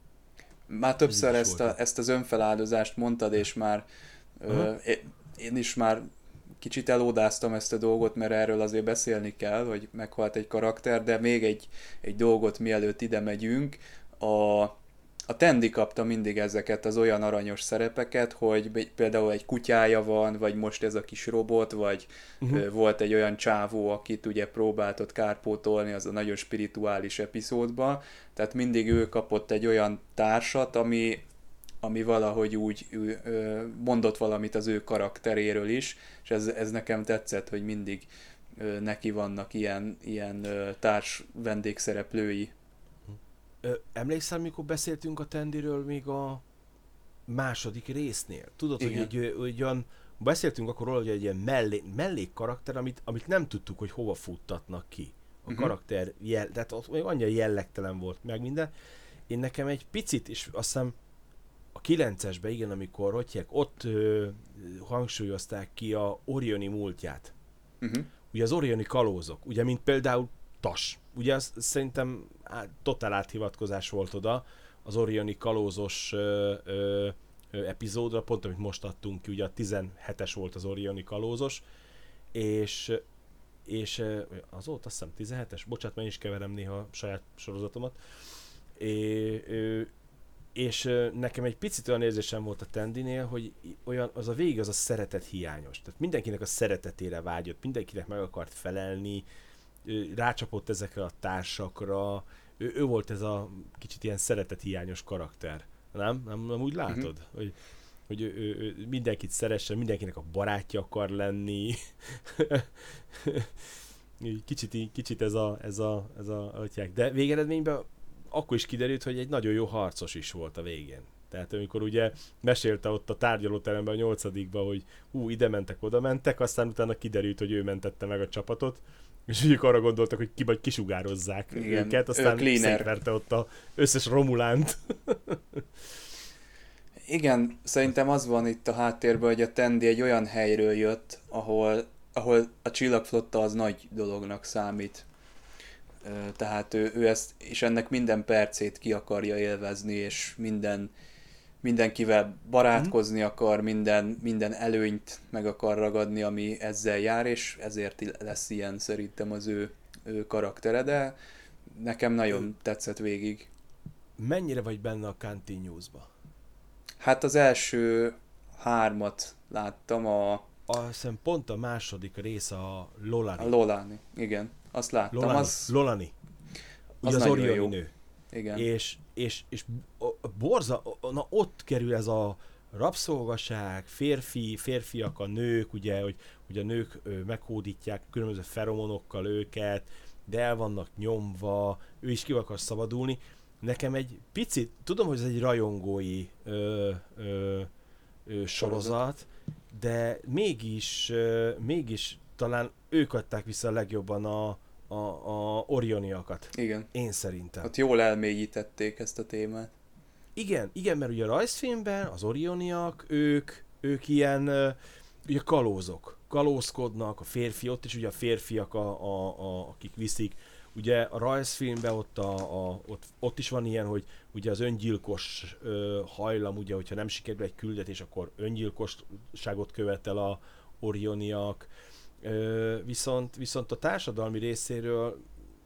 Már többször ezt, a, ezt az önfeláldozást mondtad, és már ö, én is már kicsit elódáztam ezt a dolgot, mert erről azért beszélni kell, hogy meghalt egy karakter, de még egy, egy dolgot mielőtt ide megyünk, a A Tandy kapta mindig ezeket az olyan aranyos szerepeket, hogy például egy kutyája van, vagy most ez a kis robot, vagy uh-huh. volt egy olyan csávó, akit ugye próbált ott kárpótolni az a nagyon spirituális epizódban, tehát mindig ő kapott egy olyan társat, ami, ami valahogy úgy mondott valamit az ő karakteréről is, és ez, ez nekem tetszett, hogy mindig neki vannak ilyen, ilyen társ vendégszereplői. Emlékszel, mikor beszéltünk a Tandyről még a második résznél? Tudod, igen. hogy egy, egy olyan, beszéltünk akkor róla, hogy egy ilyen mellé, mellék karakter, amit, amit nem tudtuk, hogy hova futtatnak ki. A uh-huh. karakter, jel, tehát ott még annyira jellegtelen volt meg minden. Én nekem egy picit, és azt hiszem a kilencesben, igen, amikor hogy ott ö, hangsúlyozták ki a Orioni múltját. Uh-huh. Ugye az Orioni kalózok, ugye mint például Tas. Ugye az szerintem á, totál áthivatkozás volt oda az Orioni kalózos ö, ö, ö, epizódra, pont amit most adtunk ki, ugye a tizenhetes volt az Orioni kalózos, és, és azóta azt hiszem tizenhetes, bocsánat, mert én is keverem néha a saját sorozatomat, és, és nekem egy picit olyan érzésem volt a Tandynél, hogy olyan, az a végig az a szeretet hiányos, tehát mindenkinek a szeretetére vágyott, mindenkinek meg akart felelni, rácsapott ezekre a társakra, ő, ő volt ez a kicsit ilyen szeretethiányos karakter. Nem? Nem, nem úgy látod? Uh-huh. Hogy, hogy ő, ő, ő mindenkit szeressen, mindenkinek a barátja akar lenni. kicsit, kicsit ez a, ez a, ez a atyák. De végeredményben akkor is kiderült, hogy egy nagyon jó harcos is volt a végén. Tehát amikor ugye mesélte ott a tárgyalóteremben a nyolcadikban, hogy hú, ide mentek, oda mentek, aztán utána kiderült, hogy ő mentette meg a csapatot, és ők arra gondoltak, hogy ki vagy kisugározzák igen, őket, aztán szétverte ott az összes Romulánt. Igen, szerintem az van itt a háttérben, hogy a Tandy egy olyan helyről jött, ahol, ahol a csillagflotta az nagy dolognak számít. Tehát ő, ő ezt, és ennek minden percét ki akarja élvezni, és minden, mindenkivel barátkozni akar, minden, minden előnyt meg akar ragadni, ami ezzel jár, és ezért lesz ilyen szerintem az ő, ő karaktere, de nekem nagyon tetszett végig. Mennyire vagy benne a Continuous-ba? Hát az első hármat láttam, a... Azt hiszem pont a második rész a Lolani. A Lolani, igen. Azt láttam. Lolani. Az, Lolani. Ugye az az Orioni jó. nő. Igen. És, és, és borza, na ott kerül ez a rabszolgaság, férfi, férfiak, a nők, ugye, hogy, hogy a nők meghódítják különböző feromonokkal őket, de el vannak nyomva, ő is ki akar szabadulni. Nekem egy picit, tudom, hogy ez egy rajongói ö, ö, ö, sorozat, de mégis, ö, mégis talán ők adták vissza a legjobban a, a, a orioniakat. Igen. Én szerintem. Ott jól elmélyítették ezt a témát. Igen, igen, mert ugye a rajzfilmben az orioniak, ők, ők ilyen ö, ugye kalózok. Kalózkodnak, a férfi, ott is ugye a férfiak, a, a, a, akik viszik. Ugye a rajzfilmben ott, a, a, ott, ott is van ilyen, hogy ugye az öngyilkos ö, hajlam, ugye, hogyha nem sikerül egy küldetés, akkor öngyilkosságot követel a orioniak. Ö, viszont, viszont a társadalmi részéről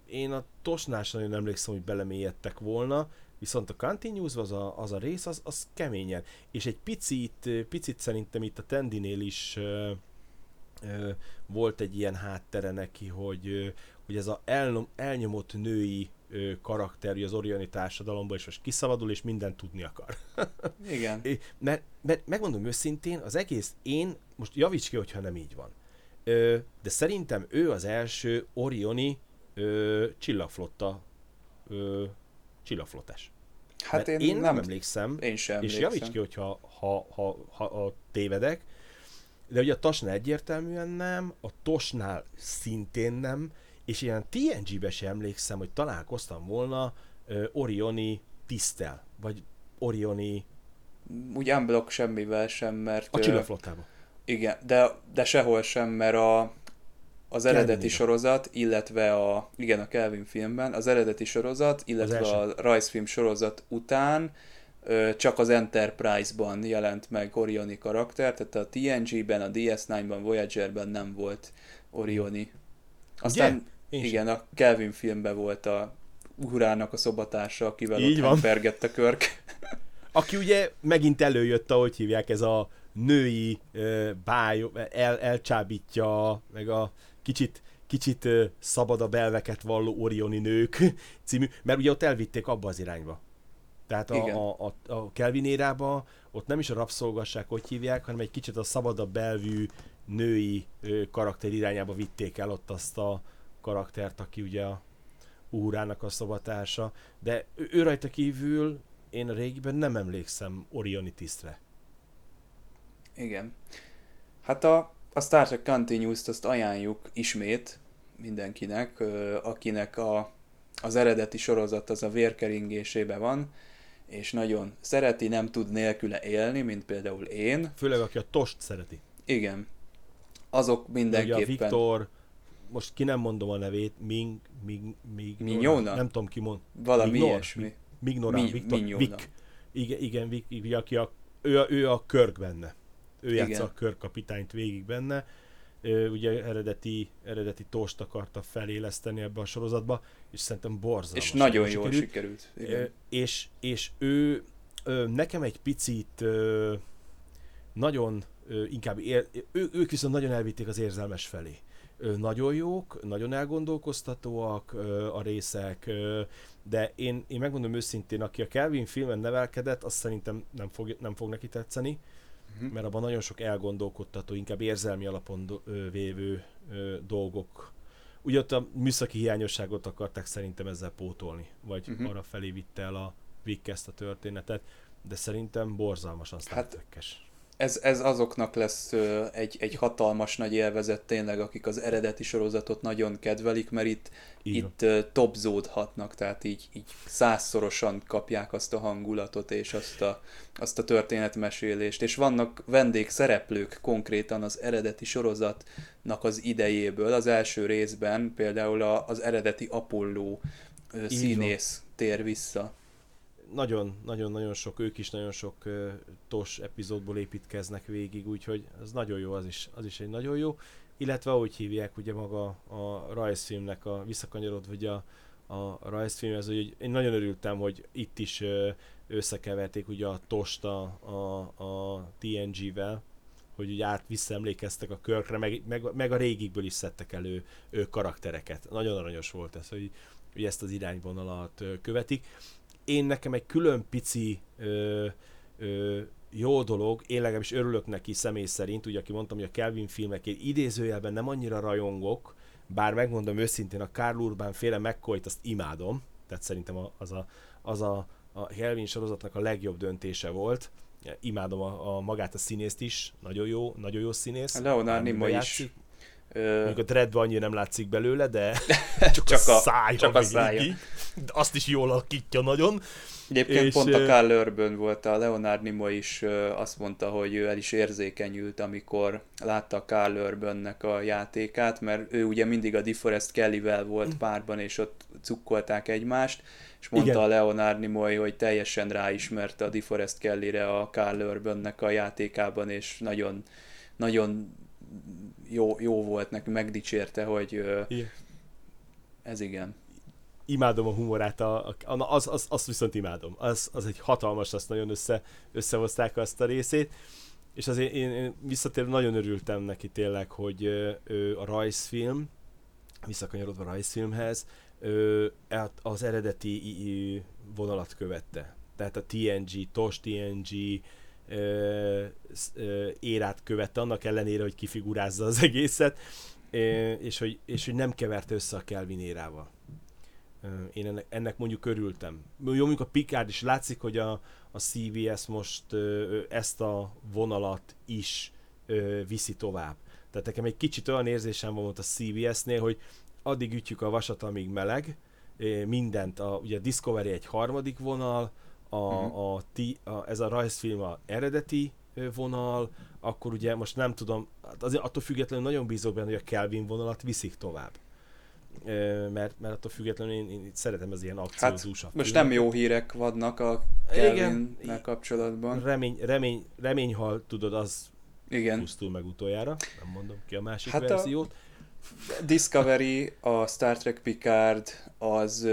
én a Tosnál sem nagyon emlékszem, hogy belemélyedtek volna, viszont a Continuous az a, az a rész, az, az keményen. És egy picit, picit szerintem itt a Tandynél is ö, ö, volt egy ilyen háttere neki, hogy, ö, hogy ez a el, elnyomott női ö, karakter az Orioni társadalomban, és most kiszabadul, és mindent tudni akar. Igen. mert, mert megmondom őszintén, az egész én, most javíts ki, hogyha nem így van, ö, de szerintem ő az első Orioni ö, csillagflotta ö, csillagflottás. Hát én, én nem, nem emlékszem, én sem és emlékszem. javíts ki, hogyha ha, ha, ha, ha tévedek, de ugye a Tosnál egyértelműen nem, a Tosnál szintén nem, és ilyen té en gé-be sem emlékszem, hogy találkoztam volna ö, Orioni tiszttel, vagy Orioni... Úgy unblock semmivel sem, mert... A csillagflottában. Igen, de, de sehol sem, mert a, az eredeti Kelvin sorozat, illetve a, igen, a Kelvin filmben, az eredeti sorozat, illetve a rajzfilm sorozat után ö, csak az Enterprise-ban jelent meg Orioni karakter, tehát a té en gé-ben, a dé es kilencben, Voyager-ben nem volt Orioni. Aztán igen, a Kelvin filmben volt a Uhurának a szobatársa, akivel így ott fergett a Kirk. Aki ugye megint előjött, ahogy hívják, ez a női uh, báj, el, elcsábítja, meg a kicsit, kicsit uh, szabadabb elveket valló Orioni nők című, mert ugye ott elvitték abba az irányba. Tehát a, a, a, a Kelvin érába ott nem is a rabszolgasság, hogy hívják, hanem egy kicsit a szabadabb elvű női uh, karakter irányába vitték el ott azt a karaktert, aki ugye a Uhurának a szobatársa, de ő, ő rajta kívül én a régiben nem emlékszem Orioni tisztre. Igen. Hát a, a Star Trek Continuous-t azt ajánljuk ismét mindenkinek, akinek a, az eredeti sorozat az a vérkeringésébe van, és nagyon szereti, nem tud nélküle élni, mint például én. Főleg aki a Tost szereti. Igen. Azok mindenképpen... Ugye a Viktor, most ki nem mondom a nevét, Ming, Ming, Ming, Mignona? Nem tudom ki mond. Valami Mignor, ilyesmi. Mignora, Mi, Viktor, Vik. Igen, igen, Vik, Vik, aki a, ő, a, ő a Kirk benne. Ő játsza a Kirk kapitányt végig benne. Ő, ugye eredeti, eredeti Tost akarta feléleszteni ebbe a sorozatba, és szerintem borzalmas. És nagyon jól sikerült. sikerült. Igen. És, és ő nekem egy picit nagyon inkább, ér, ő, ők viszont nagyon elvitték az érzelmes felé. Nagyon jók, nagyon elgondolkoztatóak a részek, de én, én megmondom őszintén, aki a Kelvin filmen nevelkedett, azt szerintem nem fog, nem fog neki tetszeni, uh-huh. mert abban nagyon sok elgondolkodtató, inkább érzelmi alapon do, vévő dolgok. Ugye ott a műszaki hiányosságot akarták szerintem ezzel pótolni, vagy uh-huh. arra felé vitte el a Vic ezt a történetet, de szerintem borzalmasan Star Trek-es. Ez, ez azoknak lesz ö, egy, egy hatalmas nagy élvezet tényleg, akik az eredeti sorozatot nagyon kedvelik, mert itt, itt ö, topzódhatnak, tehát így, így százszorosan kapják azt a hangulatot és azt a, azt a történetmesélést. És vannak vendégszereplők konkrétan az eredeti sorozatnak az idejéből. Az első részben például a, az eredeti Apollo ö, színész tér vissza. Nagyon-nagyon-nagyon sok, ők is nagyon sok uh, tos epizódból építkeznek végig, úgyhogy az nagyon jó, az is, az is egy nagyon jó. Illetve ahogy hívják ugye maga a rajzfilmnek, a visszakanyarodva ugye a, a rajzfilm, ez, hogy én nagyon örültem, hogy itt is uh, összekeverték ugye a tost a, a, a té en gé-vel, hogy ugye át visszaemlékeztek a Kirkre, meg, meg, meg a régikből is szedtek elő ő, karaktereket. Nagyon aranyos volt ez, hogy, hogy ezt az irányvonalat uh, követik. Én nekem egy külön pici ö, ö, jó dolog, én legalábbis örülök neki személy szerint, ugye aki mondtam, hogy a Kelvin filmekért idézőjelben nem annyira rajongok, bár megmondom őszintén, a Karl Urban féle McCoy-t azt imádom, tehát szerintem az a, az a, a Kelvin sorozatnak a legjobb döntése volt. Imádom a, a magát a színészt is, nagyon jó, nagyon jó színész. Leonard Nimoy is. Mondjuk a Dreadban annyira nem látszik belőle, de csak, csak a szája, csak a szája. Azt is jól alakítja nagyon. Egyébként és pont a Karl Urban volt, a Leonard Nimoy is azt mondta, hogy ő el is érzékenyült, amikor látta a Karl Urbannek a játékát, mert ő ugye mindig a DeForest Kellyvel volt párban, és ott cukkolták egymást, és mondta igen. a Leonard Nimoy, hogy teljesen ráismerte a DeForest Kellyre a Karl Urbannek a játékában, és nagyon, nagyon jó, jó volt neki, megdicsérte, hogy igen. ez igen. imádom a humorát, a, a, az, az, azt viszont imádom. Az, az egy hatalmas, azt nagyon össze, összehozták azt a részét. És azért én, én visszatérve nagyon örültem neki tényleg, hogy ö, a rajzfilm, visszakanyarodva a rajzfilmhez, ö, az eredeti vonalat követte. Tehát a té en gé, TOS té en gé ö, ö, érát követte, annak ellenére, hogy kifigurázza az egészet, ö, és, hogy, és hogy nem keverte össze a Kelvin érával. Ö, én ennek, ennek mondjuk örültem. Jó, mondjuk a Picard is látszik, hogy a, a cé bé es most ö, ezt a vonalat is ö, viszi tovább. Tehát nekem egy kicsit olyan érzésem volt a cé bé es-nél, hogy addig ütjük a vasat, amíg meleg, mindent, a, ugye a Discovery egy harmadik vonal, a, uh-huh. a, a, a, ez a rajzfilm a eredeti vonal, akkor ugye most nem tudom, azért attól függetlenül nagyon bízok benne, hogy a Kelvin vonalat viszik tovább. Mert, mert attól függetlenül én, én szeretem az ilyen akciózúsabb. Hát most nem jó hírek vannak a Kelvinnel kapcsolatban. Remény, remény, reményhal, tudod, az igen. pusztul meg utoljára, nem mondom ki a másik hát verziót. A Discovery, a Star Trek Picard az,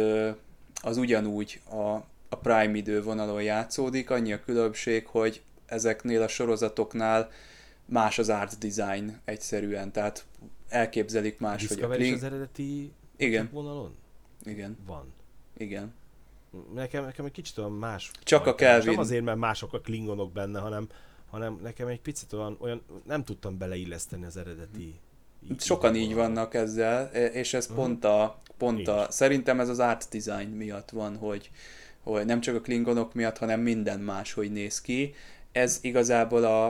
az ugyanúgy a, a Prime idővonalon játszódik, annyi a különbség, hogy ezeknél a sorozatoknál más az art design egyszerűen, tehát elképzelik más, hogy a Discovery Kling... az eredeti igen. vonalon? Igen. Van. Igen. Nekem, nekem egy kicsit olyan más. Csak a Kelvin. Nem azért, mert mások a klingonok benne, hanem, hanem nekem egy picit olyan, olyan nem tudtam beleilleszteni az eredeti. Sokan így vannak ezzel, és ez uh-huh. pont a, pont a szerintem ez az art design miatt van, hogy, hogy nem csak a klingonok miatt, hanem minden más, hogy néz ki. Ez igazából a,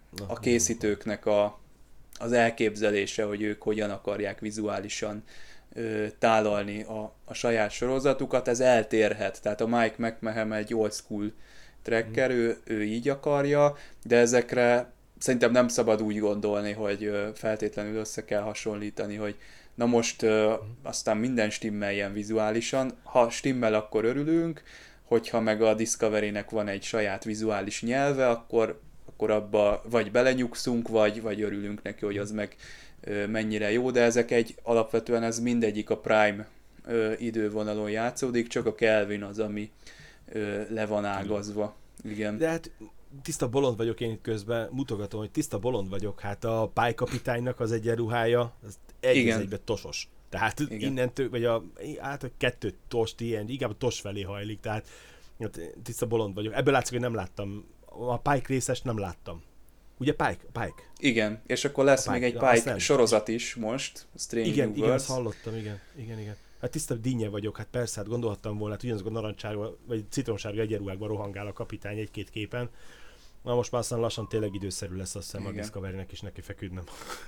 a készítőknek a, az elképzelése, hogy ők hogyan akarják vizuálisan ö, tálalni a, a saját sorozatukat, ez eltérhet. Tehát a Mike McMahon egy old school tracker, uh-huh. ő, ő így akarja, de ezekre szerintem nem szabad úgy gondolni, hogy feltétlenül össze kell hasonlítani, hogy na most ö, aztán minden stimmeljen vizuálisan. Ha stimmel, akkor örülünk, hogyha meg a Discovery-nek van egy saját vizuális nyelve, akkor, akkor abba vagy belenyugszunk, vagy, vagy örülünk neki, hogy az meg ö, mennyire jó, de ezek egy, alapvetően ez mindegyik a Prime ö, idővonalon játszódik, csak a Kelvin az, ami ö, le van ágazva. Igen. De hát tiszta bolond vagyok én itt közben, mutogatom, hogy tiszta bolond vagyok, hát a pálykapitánynak az egyenruhája, az egy az egyben tosos. Tehát igen. innentől, vagy a, hát a kettő tos, ilyen, inkább a tos felé hajlik, tehát hát, tiszta bolond vagyok. Ebből látszik, hogy nem láttam, a Pike részest nem láttam. Ugye Pike? Pike? Igen, és akkor lesz Pike, még egy ja, Pike sorozat is most, Strange igen, New igen, Worlds. azt hallottam, igen, igen, igen. Hát tiszta dinnye vagyok, hát persze, hát gondolhattam volna, hát ugyanazok a narancsárga, vagy citromsárga egyenruhákban rohangál a kapitány egy-két képen. Na most már aztán lassan tényleg időszerű lesz, azt hiszem, a Discovery-nek is neki feküdnem.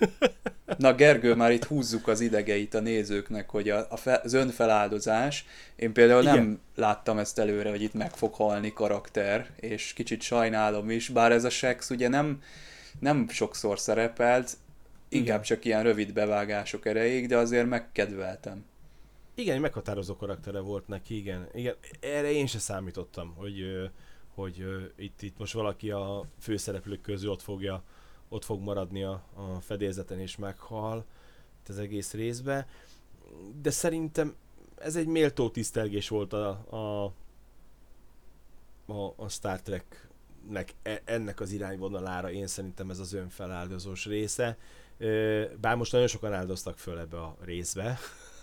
Na Gergő, már itt húzzuk az idegeit a nézőknek, hogy a, a fe, az önfeláldozás, én például igen. nem láttam ezt előre, hogy itt meg fog halni karakter, és kicsit sajnálom is, bár ez a Shax ugye nem, nem sokszor szerepelt, inkább igen. csak ilyen rövid bevágások erejéig, de azért megkedveltem. Igen, egy meghatározó karaktere volt neki, igen. igen. Erre én se számítottam, hogy... hogy uh, itt, itt most valaki a főszereplők közül ott, fogja, ott fog maradni a, a fedélzeten és meghal az egész részbe. De szerintem ez egy méltó tisztelgés volt a, a, a, a Star Treknek ennek az irányvonalára, én szerintem ez az önfeláldozós része. Bár most nagyon sokan áldoztak föl ebbe a részbe.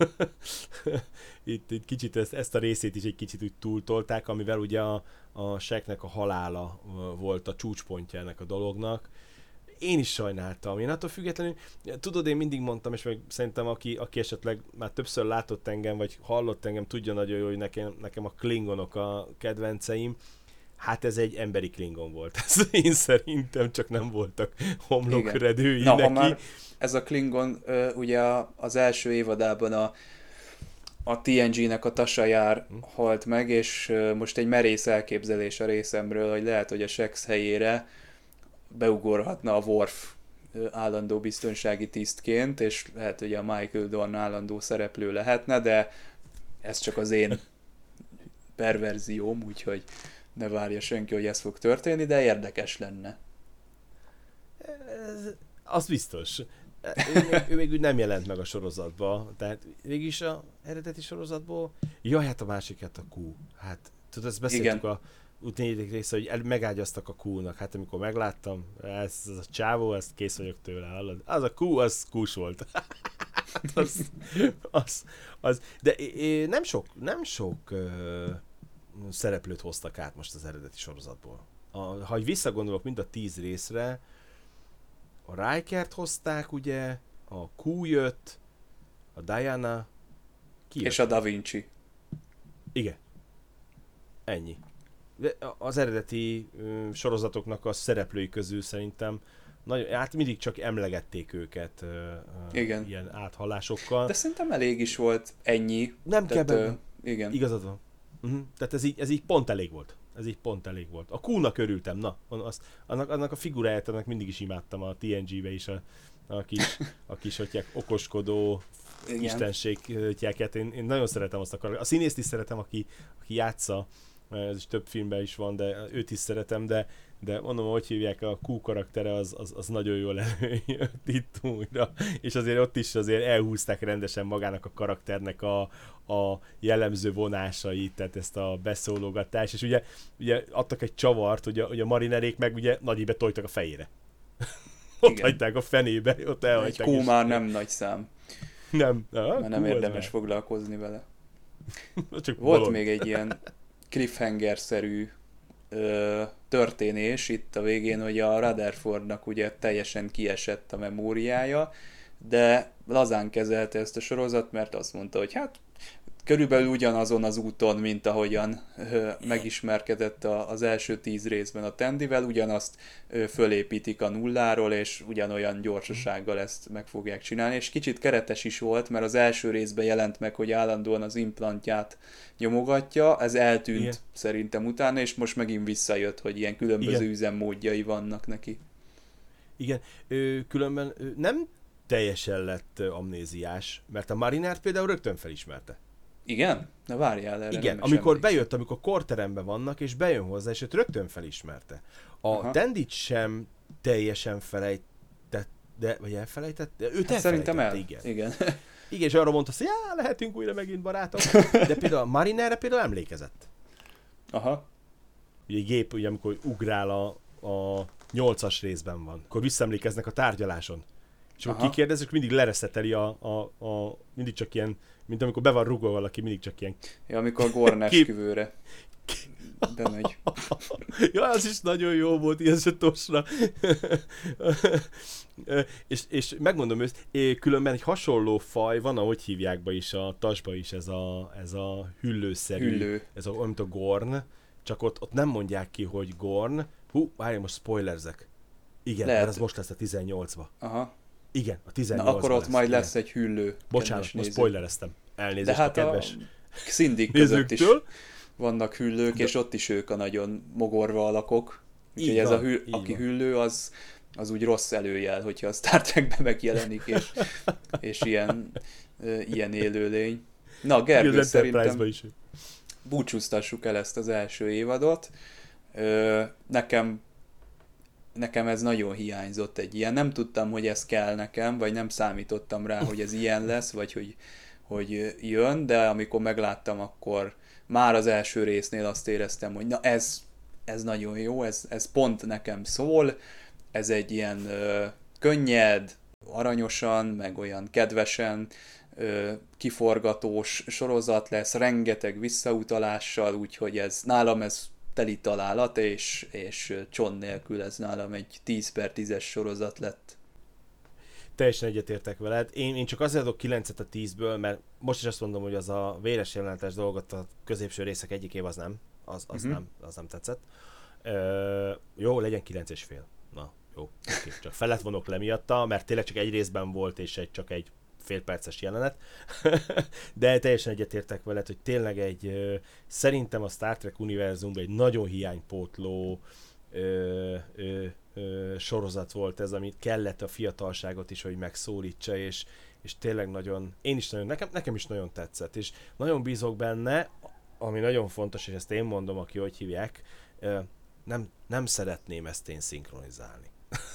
itt, itt kicsit ezt, ezt a részét is egy kicsit úgy túltolták, amivel ugye a, a Shacknek a halála volt a csúcspontja ennek a dolognak. Én is sajnáltam. Én attól függetlenül, tudod, én mindig mondtam, és meg szerintem aki, aki esetleg már többször látott engem, vagy hallott engem, tudja nagyon jó, hogy nekem, nekem a klingonok a kedvenceim. Hát ez egy emberi klingon volt. Ez én szerintem, csak nem voltak homlokredői Na, neki. Ha már ez a klingon ugye az első évadában a, a té en gé-nek a Tasha Yar hm. halt meg, és most egy merész elképzelés a részemről, hogy lehet, hogy a Shax helyére beugorhatna a Worf állandó biztonsági tisztként, és lehet, hogy a Michael Dorn állandó szereplő lehetne, de ez csak az én perverzióm, úgyhogy ne várja senki, hogy ez fog történni, de érdekes lenne. Ez, az biztos. ő, még, ő még úgy nem jelent meg a sorozatba, tehát végülis a eredeti sorozatból, jaj, hát a másik, hát a Q. Hát, tudod, ezt beszéltük igen. a út négyedik része, hogy megágyaztak a Q-nak. Hát amikor megláttam, ez, ez a csávó, ezt kész vagyok tőle, hallod? Az a Q, az Q-s volt. az, az, az, de é, nem sok, nem sok ö, szereplőt hoztak át most az eredeti sorozatból. A, ha visszagondolok mind a tíz részre, a Rikert hozták, ugye, a Q jött, a Diana, ki és jött? A Da Vinci. Igen. Ennyi. De az eredeti ö, sorozatoknak a szereplői közül szerintem nagyon, hát mindig csak emlegették őket ö, igen. ilyen áthallásokkal. De szerintem elég is volt ennyi. Nem kell benne. Igen. Igazad van. Uh-huh. Tehát ez így, ez így pont elég volt. Ez így pont elég volt. A Q-nak örültem, na. Az, annak, annak a figuráját, annak mindig is imádtam a té en gé-be is, a, a kis, a kis hotyák, okoskodó istenségtyáket. Én, én nagyon szeretem azt a karaktert. A színészt is szeretem, aki, aki játsza, ez is több filmben is van, de őt is szeretem, de, de mondom, hogy hívják, a Q karaktere az, az, az nagyon jól előjött itt újra, és azért ott is azért elhúzták rendesen magának a karakternek a, a jellemző vonásait, tehát ezt a beszólogatást, és ugye, ugye adtak egy csavart, ugye, ugye a marinerék meg ugye nagyibe tojtak a fejére. Ott igen. hagyták a fenébe, ott elhagyták. Egy Q már nem nagy szám. Nem. Ah, mert nem érdemes foglalkozni vele. Csak volt bolond. Még egy ilyen cliffhanger-szerű ö, történés itt a végén, hogy a Rutherfordnak ugye teljesen kiesett a memóriája, de lazán kezelte ezt a sorozat, mert azt mondta, hogy hát körülbelül ugyanazon az úton, mint ahogyan ö, megismerkedett a, az első tíz részben a Tandyvel, ugyanazt ö, fölépítik a nulláról, és ugyanolyan gyorsasággal ezt meg fogják csinálni, és kicsit keretes is volt, mert az első részben jelent meg, hogy állandóan az implantját nyomogatja, ez eltűnt igen. szerintem utána, és most megint visszajött, hogy ilyen különböző igen. üzemmódjai vannak neki. Igen, ö, különben ö, nem teljesen lett ö, amnéziás, mert a Marinert például rögtön felismerte. Igen? Na várjál erre. Igen, amikor bejött, amikor korteremben vannak, és bejön hozzá, és őt rögtön felismerte. A Tandyt sem teljesen felejtett, de, vagy elfelejtett? De őt hát szerintem el. Igen. Igen. Igen, és arra mondta, hogy já, lehetünk újra megint barátok. De például a Marinerre például emlékezett. Aha. Ugye egy gép, ugye, amikor ugrál a, a nyolcas részben van, akkor visszaemlékeznek a tárgyaláson. És akkor kikérdezzük, mindig lereszeteli a, a, a, mindig csak ilyen, mint amikor be van rúgva valaki, mindig csak ilyen... Ja, amikor a Gorn esküvőre bemegy. Ja, az is nagyon jó volt, ilyen se tosra. és, és megmondom őt, különben egy hasonló faj van, ahogy hívják be is, a tasba is ez a, ez a hüllőszerű, Hüllő. ez a, mint a Gorn, csak ott, ott nem mondják ki, hogy Gorn. Hú, várj, most spoilerzek. Igen, lehet. Mert ez most lesz a tizennyolcba. Aha. Igen, a tizennyolcba. Na akkor ott lesz, majd igen. lesz egy hüllő. Bocsánat, most spoilereztem. Elnézést de hát a kedves a Xindik között is vannak hüllők, de... és ott is ők a nagyon mogorva alakok. Úgyhogy ez a hü... aki van. Hüllő, az, az úgy rossz előjel, hogyha a Star Trekben megjelenik, és, és ilyen, uh, ilyen élőlény. Na, Gergő, szerintem is. Búcsúztassuk el ezt az első évadot. Uh, nekem Nekem ez nagyon hiányzott egy ilyen. Nem tudtam, hogy ez kell nekem, vagy nem számítottam rá, hogy ez ilyen lesz, vagy hogy, hogy jön, de amikor megláttam, akkor már az első résznél azt éreztem, hogy na ez, ez nagyon jó, ez, ez pont nekem szól, ez egy ilyen ö, könnyed, aranyosan, meg olyan kedvesen ö, kiforgatós sorozat lesz, rengeteg visszautalással, úgyhogy ez nálam ez teli találat, és, és Cson nélkül ez nálam egy tíz per tízes sorozat lett. Teljesen egyetértek veled. Én, én csak azért adok kilencet a tízből, mert most is azt mondom, hogy az a véres jelenetes dolgot a középső részek egyikév az nem. Az, az, uh-huh. nem, az nem tetszett. Ö, jó, legyen kilenc és fél. Na, jó. Okay. Csak felet vonok le miatta, mert tényleg csak egy részben volt, és egy, csak egy fél perces jelenet, de teljesen egyetértek veled, hogy tényleg egy, ö, szerintem a Star Trek univerzumban egy nagyon hiánypótló ö, ö, ö, sorozat volt ez, amit kellett a fiatalságot is, hogy megszólítsa, és, és tényleg nagyon, én is nagyon, nekem, nekem is nagyon tetszett, és nagyon bízok benne, ami nagyon fontos, és ezt én mondom, aki hogy hívják, ö, nem, nem szeretném ezt én szinkronizálni.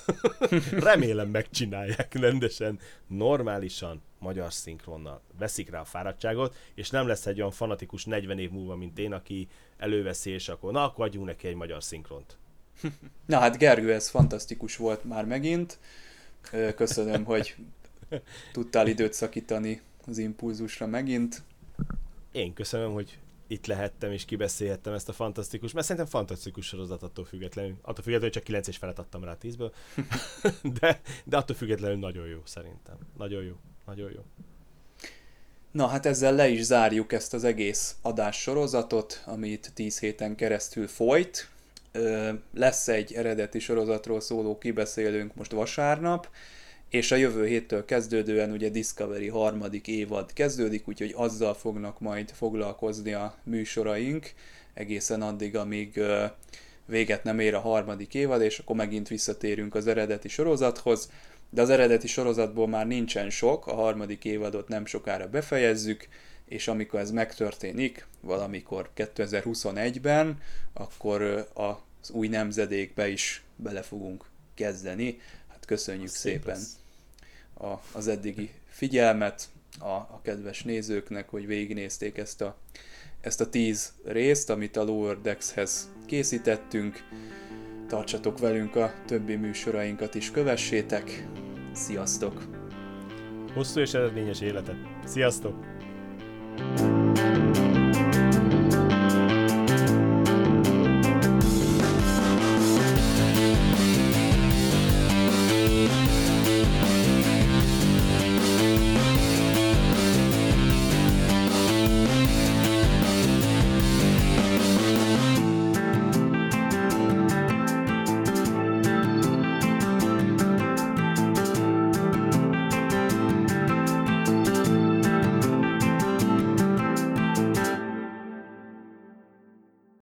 Remélem megcsinálják rendesen, normálisan, magyar szinkronnal. Veszik rá a fáradtságot, és nem lesz egy olyan fanatikus negyven év múlva, mint én, aki előveszi, és akkor na, akkor adjunk neki egy magyar szinkront. Na hát Gergő, ez fantasztikus volt már megint. Köszönöm, hogy tudtál időt szakítani az impulzusra megint. Én köszönöm, hogy itt lehettem és kibeszélhettem ezt a fantasztikus, mert szerintem fantasztikus sorozat attól függetlenül. Attól függetlenül, hogy csak kilenc és felet adtam rá a tízből. de, de attól függetlenül nagyon jó szerintem. Nagyon jó. Nagyon jó. Na hát ezzel le is zárjuk ezt az egész adássorozatot, amit tíz héten keresztül folyt. Lesz egy eredeti sorozatról szóló kibeszélőnk most vasárnap, és a jövő héttől kezdődően ugye Discovery harmadik évad kezdődik, úgyhogy azzal fognak majd foglalkozni a műsoraink egészen addig, amíg véget nem ér a harmadik évad, és akkor megint visszatérünk az eredeti sorozathoz. De az eredeti sorozatból már nincsen sok, a harmadik évadot nem sokára befejezzük, és amikor ez megtörténik, valamikor kétezer-huszonegyben, akkor az új nemzedékbe is bele fogunk kezdeni. Hát köszönjük Szép szépen a, az eddigi figyelmet a, a kedves nézőknek, hogy végignézték ezt a, ezt a tíz részt, amit a Lower Decks-hez készítettünk. Tartsatok velünk, a többi műsorainkat is kövessétek. Sziasztok! Hosszú és eredményes életet! Sziasztok! thank you